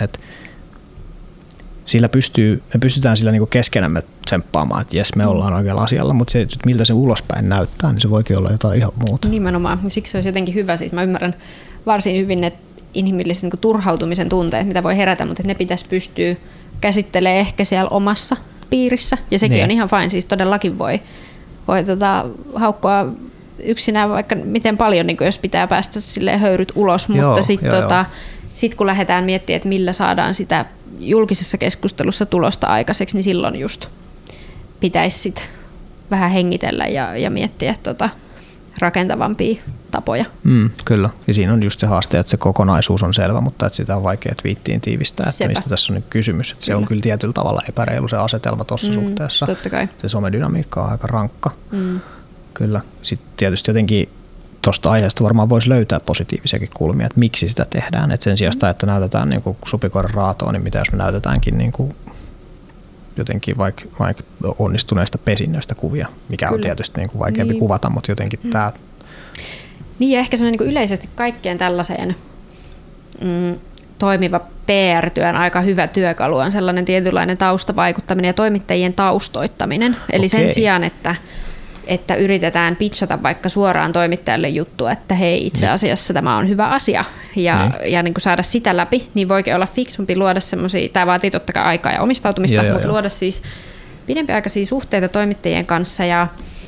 me pystytään sillä niin kuin keskenämme tsemppaamaan, että jes, me ollaan oikealla asialla, mutta se, että miltä se ulospäin näyttää, niin se voikin olla jotain ihan muuta. Nimenomaan. Siksi se olisi jotenkin hyvä. Siis mä ymmärrän varsin hyvin ne inhimilliset niin kuin turhautumisen tunteet, mitä voi herätä, mutta ne pitäisi pystyä käsittelemään ehkä siellä omassa piirissä. Ja sekin on ihan fine. Siis todellakin voi haukkoa yksinään vaikka miten paljon, niin jos pitää päästä silleen höyryt ulos, mutta sitten kun lähdetään miettimään, että millä saadaan sitä julkisessa keskustelussa tulosta aikaiseksi, niin silloin just pitäisi sit vähän hengitellä ja miettiä rakentavampia tapoja. Kyllä, ja siinä on just se haaste, että se kokonaisuus on selvä, mutta että sitä on vaikea twiittiin tiivistää, että mistä tässä on nyt kysymys. Että se on kyllä tietyllä tavalla epäreilu se asetelma tuossa suhteessa. Totta kai. Se somedynamiikka on aika rankka. Kyllä. Sitten tietysti jotenkin tuosta aiheesta varmaan voisi löytää positiivisiakin kulmia, että miksi sitä tehdään. Et sen sijasta, että näytetään niin kuin supikoiran raatoa, niin mitä jos me näytetäänkin niin kuin jotenkin vaikka onnistuneista pesinnöistä kuvia, mikä on tietysti niin kuin vaikeampi kuvata, mutta jotenkin tämä... Niin ja ehkä semmoinen niin yleisesti kaikkeen tällaiseen toimiva PR-työn aika hyvä työkalu on sellainen tietynlainen taustavaikuttaminen ja toimittajien taustoittaminen. Eli sen sijaan, että yritetään pitchata vaikka suoraan toimittajalle juttua, että hei, itse asiassa tämä on hyvä asia ja niin kuin saada sitä läpi, niin voikin olla fiksumpi luoda semmoisia, tämä vaatii totta kai aikaa ja omistautumista, mutta luoda siis pidempiaikaisia suhteita toimittajien kanssa ja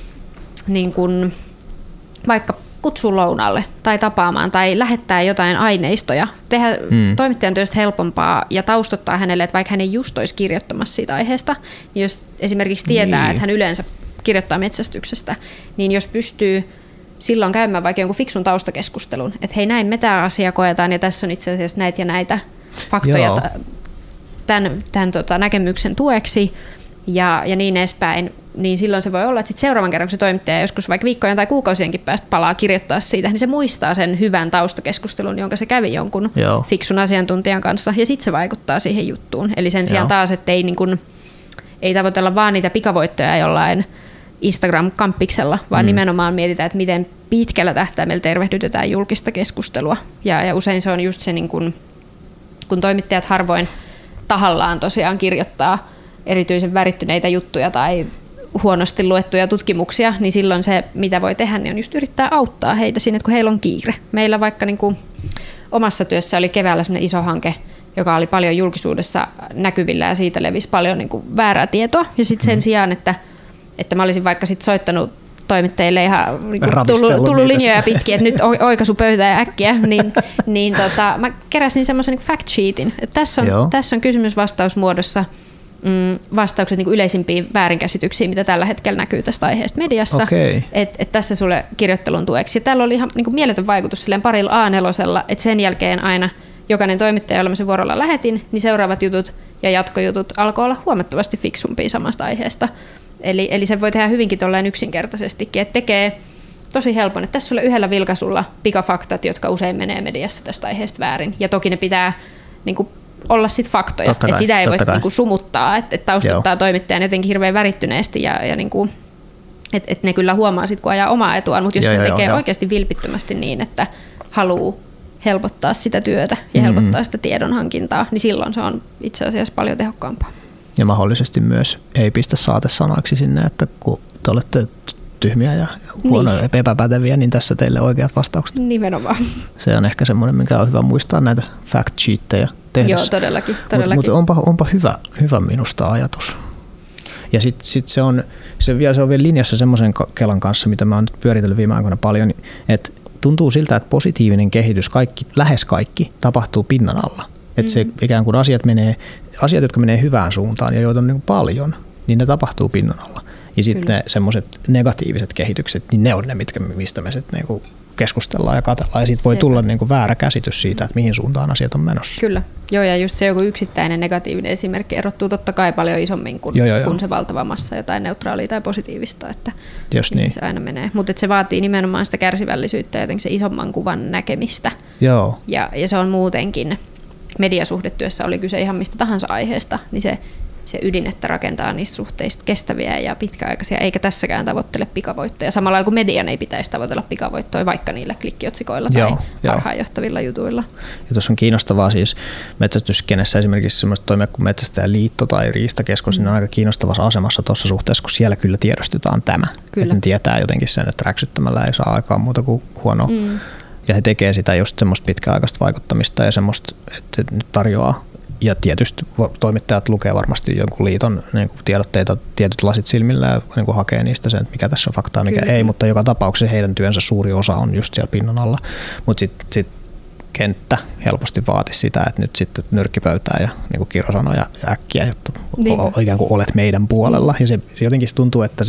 niin kuin vaikka kutsua lounalle tai tapaamaan tai lähettää jotain aineistoja, tehdä toimittajan työstä helpompaa ja taustottaa hänelle, että vaikka hän ei just olisi kirjoittamassa siitä aiheesta, niin jos esimerkiksi tietää, että hän yleensä kirjoittaa metsästyksestä, niin jos pystyy silloin käymään vaikka jonkun fiksun taustakeskustelun, että hei näin me tämä asia koetaan ja tässä on itse asiassa näitä ja näitä faktoja tämän näkemyksen tueksi ja niin edespäin, niin silloin se voi olla, että sit seuraavan kerran, kun se toimittaja joskus vaikka viikkojen tai kuukausienkin päästä palaa kirjoittaa siitä, niin se muistaa sen hyvän taustakeskustelun, jonka se kävi jonkun fiksun asiantuntijan kanssa, ja sitten se vaikuttaa siihen juttuun. Eli sen sijaan taas, että ei tavoitella vaan niitä pikavoittoja jollain Instagram-kampiksella, vaan nimenomaan mietitään, että miten pitkällä tähtäimellä tervehdytetään julkista keskustelua. Ja usein se on just se, niin kun toimittajat harvoin tahallaan tosiaan kirjoittaa erityisen värittyneitä juttuja tai huonosti luettuja tutkimuksia, niin silloin se, mitä voi tehdä, niin on just yrittää auttaa heitä siinä, että kun heillä on kiire. Meillä vaikka niin kuin omassa työssä oli keväällä sellainen iso hanke, joka oli paljon julkisuudessa näkyvillä ja siitä levisi paljon niin kuin väärää tietoa. Ja sitten sen sijaan, että mä olisin vaikka sit soittanut toimittajille ihan tullut linjoja pitkin, että nyt oikaisu pöytään äkkiä, niin mä keräsin semmoisen niin fact sheetin. Tässä on kysymys-vastausmuodossa vastaukset niin kuin yleisimpiin väärinkäsityksiin, mitä tällä hetkellä näkyy tästä aiheesta mediassa. Että tässä sulle kirjoittelun tueksi. Ja täällä oli ihan niin kuin mieletön vaikutus silleen parilla A4, että sen jälkeen aina jokainen toimittaja, jolla mä sen vuorolla lähetin, niin seuraavat jutut ja jatkojutut alkoi olla huomattavasti fiksumpia samasta aiheesta. Eli se voi tehdä hyvinkin tolleen yksinkertaisestikin, että tekee tosi helpon, että tässä sulle yhdellä vilkaisulla pikafaktat, jotka usein menee mediassa tästä aiheesta väärin. Ja toki ne pitää niin kuin olla sit faktoja, että sitä ei voi niin kuin sumuttaa, että taustuttaa toimittajan jotenkin hirveän värittyneesti ja niin kuin, että ne kyllä huomaa sit, kun ajaa omaa etuaan, mutta jos se tekee oikeasti vilpittömästi niin, että haluaa helpottaa sitä työtä ja helpottaa sitä tiedonhankintaa, niin silloin se on itse asiassa paljon tehokkaampaa. Ja mahdollisesti myös ei pistä saatesanaksi sinne, että kun te olette tyhmiä ja huonoja epäpäteviä, niin tässä teille oikeat vastaukset. Nimenomaan. Se on ehkä semmoinen, mikä on hyvä muistaa näitä fact sheettejä tehdessä. Joo, todellakin. Mutta onpa hyvä minusta ajatus. Ja sit se on vielä linjassa semmoisen Kelan kanssa, mitä mä oon nyt pyöritellyt viime aikoina paljon, että tuntuu siltä, että positiivinen kehitys, lähes kaikki, tapahtuu pinnan alla. Että se ikään kuin asiat, jotka menee hyvään suuntaan ja joita on niin paljon, niin ne tapahtuu pinnan alla. Ja sitten semmoiset negatiiviset kehitykset, niin ne on ne, mistä me sitten niin keskustellaan ja katsellaan. Ja siitä voi tulla niin kuin väärä käsitys siitä, että mihin suuntaan asiat on menossa. Kyllä. Joo, ja just se joku yksittäinen negatiivinen esimerkki erottuu totta kai paljon isommin kuin se valtava massa jotain neutraalia tai positiivista, että niin se aina menee. Mutta se vaatii nimenomaan sitä kärsivällisyyttä ja jotenkin se isomman kuvan näkemistä. Joo. Ja se on muutenkin mediasuhdetyössä, oli kyse ihan mistä tahansa aiheesta, niin se ydin, että rakentaa niistä suhteista kestäviä ja pitkäaikaisia, eikä tässäkään tavoittele pikavoittoja. Samalla lailla kuin median ei pitäisi tavoitella pikavoittoja, vaikka niillä klikkiotsikoilla tai harhaanjohtavilla jutuilla. Ja tuossa on kiinnostavaa siis metsästyskenessä esimerkiksi semmoista toimia kuin Metsästäjäliitto tai Riistakeskus, niin on aika kiinnostavassa asemassa tuossa suhteessa, kun siellä kyllä tiedostetaan tämä. Kyllä. Että ne tietää jotenkin sen, että räksyttämällä ei saa aikaan muuta kuin huonoa. Ja he tekee sitä just semmoista pitkäaikaista vaikuttamista ja semmoista, että nyt tarjoaa. Ja tietysti toimittajat lukee varmasti jonkun liiton niin kuin tiedotteita tietyt lasit silmillä ja niin kuin hakee niistä sen, että mikä tässä on faktaa, mikä ei, mutta joka tapauksessa heidän työnsä suuri osa on just siellä pinnan alla. Mutta sitten kenttä helposti vaatisi sitä, että nyt sitten nyrkkipöytää ja niin kuin Kiro sanoi ja äkkiä, jotta ikään kuin olet meidän puolella. Ja se jotenkin tuntuu, että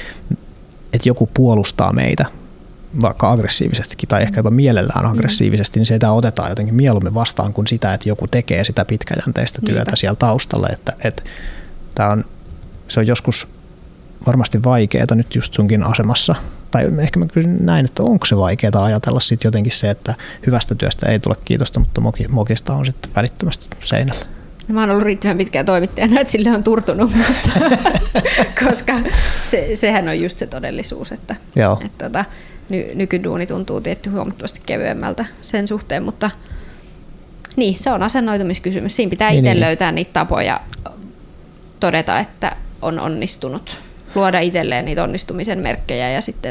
joku puolustaa meitä vaikka aggressiivisestikin tai ehkä jopa mielellään aggressiivisesti, niin sitä otetaan jotenkin mieluummin vastaan kuin sitä, että joku tekee sitä pitkäjänteistä työtä siellä taustalla. Että se on joskus varmasti vaikeaa nyt just sunkin asemassa. Tai ehkä mä kysyn näin, että onko se vaikeaa ajatella sitten jotenkin se, että hyvästä työstä ei tule kiitosta, mutta mokista on sitten välittömästi seinällä. No, mä oon ollut riittävän pitkään toimittajana, että sille on turtunut, koska sehän on just se todellisuus, että nykyduuni tuntuu tietty huomattavasti kevyemmältä sen suhteen, mutta niin, se on asennoitumiskysymys. Siinä pitää itse löytää niitä tapoja todeta, että on onnistunut, luoda itselleen niitä onnistumisen merkkejä ja sitten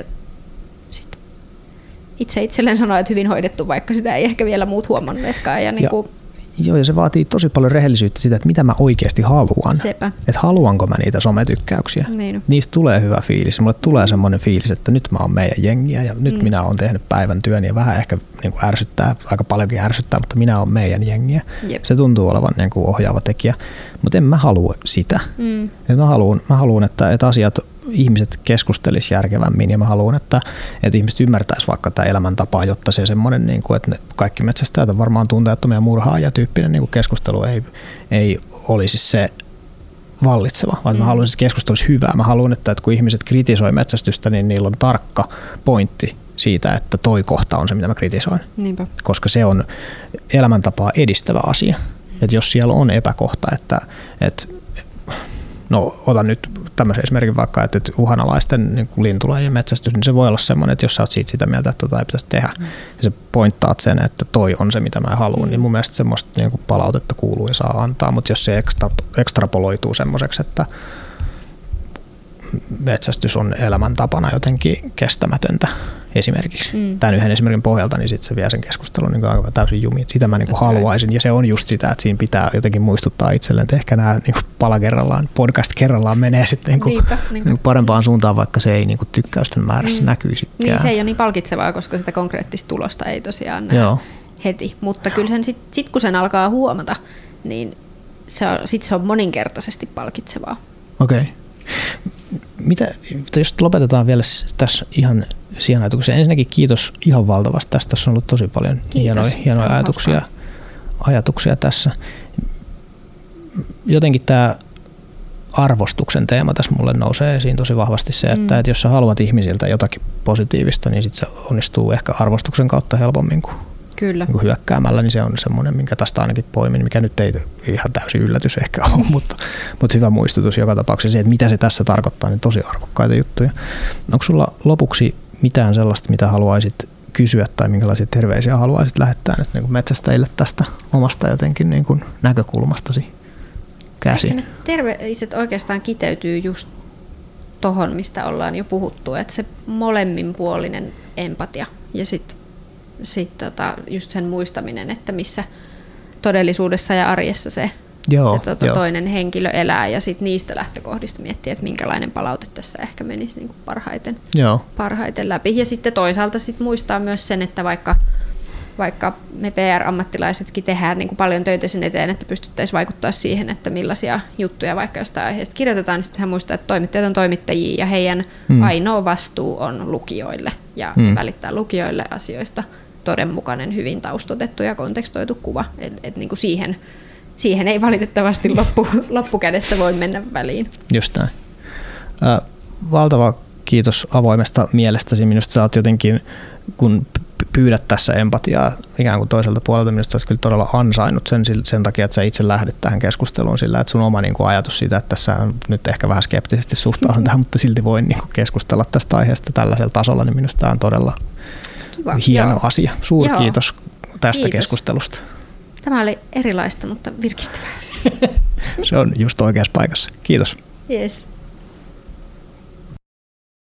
itselleen sanoa, että hyvin hoidettu, vaikka sitä ei ehkä vielä muut huomanneetkaan. Joo, ja se vaatii tosi paljon rehellisyyttä sitä, että mitä mä oikeasti haluan. Sepä. Että haluanko mä niitä sometykkäyksiä. Niin. Niistä tulee hyvä fiilis. Mulle tulee semmoinen fiilis, että nyt mä oon meidän jengiä ja nyt minä oon tehnyt päivän työn ja vähän ehkä niin kuin ärsyttää, aika paljonkin ärsyttää, mutta minä oon meidän jengiä. Jep. Se tuntuu olevan niin kuin ohjaava tekijä, mutta en mä halua sitä. Mä haluan, että ihmiset keskustelisivat järkevämmin ja mä haluan, että ihmiset ymmärtäisivät vaikka tämä elämäntapaa, jotta se semmoinen, niin kuin, että kaikki metsästäjät on varmaan tunteettomia murhaajia tyyppinen niin kuin keskustelu ei olisi se vallitseva, vaan mä haluan, että keskustelu olisi hyvää. Mä haluan, että kun ihmiset kritisoi metsästystä, niin niillä on tarkka pointti siitä, että toi kohta on se, mitä mä kritisoin. Niinpä. Koska se on elämäntapaa edistävä asia. Että jos siellä on epäkohta, että no otan nyt tämmöisen esimerkin vaikka, että uhanalaisten niin lintulajien metsästys, niin se voi olla semmoinen, että jos sä oot siitä sitä mieltä, että tota ei pitäisi tehdä, ja sä pointtaat sen, että toi on se, mitä mä haluan, niin mun mielestä semmoista niin kuin palautetta kuuluu ja saa antaa, mutta jos se ekstrapoloituu semmoiseksi, että metsästys on elämäntapana jotenkin kestämätöntä esimerkiksi. Tämän yhden esimerkin pohjalta, niin sitten se vie sen keskustelun niin aivan täysin jumiin. Sitä mä niin kuin haluaisin, ja se on just sitä, että siinä pitää jotenkin muistuttaa itselleen, että ehkä nämä niin kuin pala kerrallaan, podcast kerrallaan menee sitten niin kuin parempaan suuntaan, vaikka se ei niin kuin tykkäysten määrässä näkyisikään. Niin, se ei ole niin palkitsevaa, koska sitä konkreettista tulosta ei tosiaan näe heti. Mutta kyllä sen sit kun sen alkaa huomata, niin se on moninkertaisesti palkitsevaa. Okei. Jos lopetetaan vielä tässä ihan siihen ajatukseen. Ensinnäkin kiitos ihan valtavasti tästä. Tässä on ollut tosi paljon hienoja ajatuksia tässä. Jotenkin tämä arvostuksen teema tässä mulle nousee esiin tosi vahvasti se, että jos sä haluat ihmisiltä jotakin positiivista, niin sit se onnistuu ehkä arvostuksen kautta helpommin kuin niin hyökkäämällä, niin se on semmoinen, minkä tästä ainakin poimin, mikä nyt ei ihan täysin yllätys ehkä ole, mutta hyvä muistutus joka tapauksessa. Se, että mitä se tässä tarkoittaa, niin tosi arvokkaita juttuja. Onko sulla lopuksi mitään sellaista, mitä haluaisit kysyä tai minkälaisia terveisiä haluaisit lähettää nyt niin kuin metsästäjille tästä omasta jotenkin niin kuin näkökulmastasi käsin? Ehkä ne terveiset oikeastaan kiteytyy just tohon, mistä ollaan jo puhuttu, että se molemminpuolinen empatia ja sitten just sen muistaminen, että missä todellisuudessa ja arjessa se toinen henkilö elää ja sitten niistä lähtökohdista miettiä, että minkälainen palaute tässä ehkä menisi niin kuin parhaiten läpi. Ja sitten toisaalta sit muistaa myös sen, että vaikka me PR-ammattilaisetkin tehdään niin kuin paljon töitä sen eteen, että pystyttäisiin vaikuttaa siihen, että millaisia juttuja vaikka jostain aiheesta kirjoitetaan, niin sitten muistaa, että toimittajat on toimittajia ja heidän ainoa vastuu on lukijoille ja välittää lukijoille asioista todenmukainen, hyvin taustotettu ja kontekstoitu kuva. Et niin kuin siihen ei valitettavasti loppukädessä voi mennä väliin. Just näin. Valtava kiitos avoimesta mielestäsi. Minusta sä oot jotenkin, kun pyydät tässä empatiaa ikään kuin toiselta puolelta, minusta sä oot kyllä todella ansainnut sen takia, että sä itse lähdet tähän keskusteluun sillä, että sun oma niin kuin ajatus siitä, että tässä on nyt ehkä vähän skeptisesti suhtaudun tähän, mutta silti voin niin kuin keskustella tästä aiheesta tällaisella tasolla, niin minusta tämä on todella hieno asia. Kiitos tästä keskustelusta. Tämä oli erilaista, mutta virkistävää. Se on just oikeassa paikassa. Kiitos. Yes.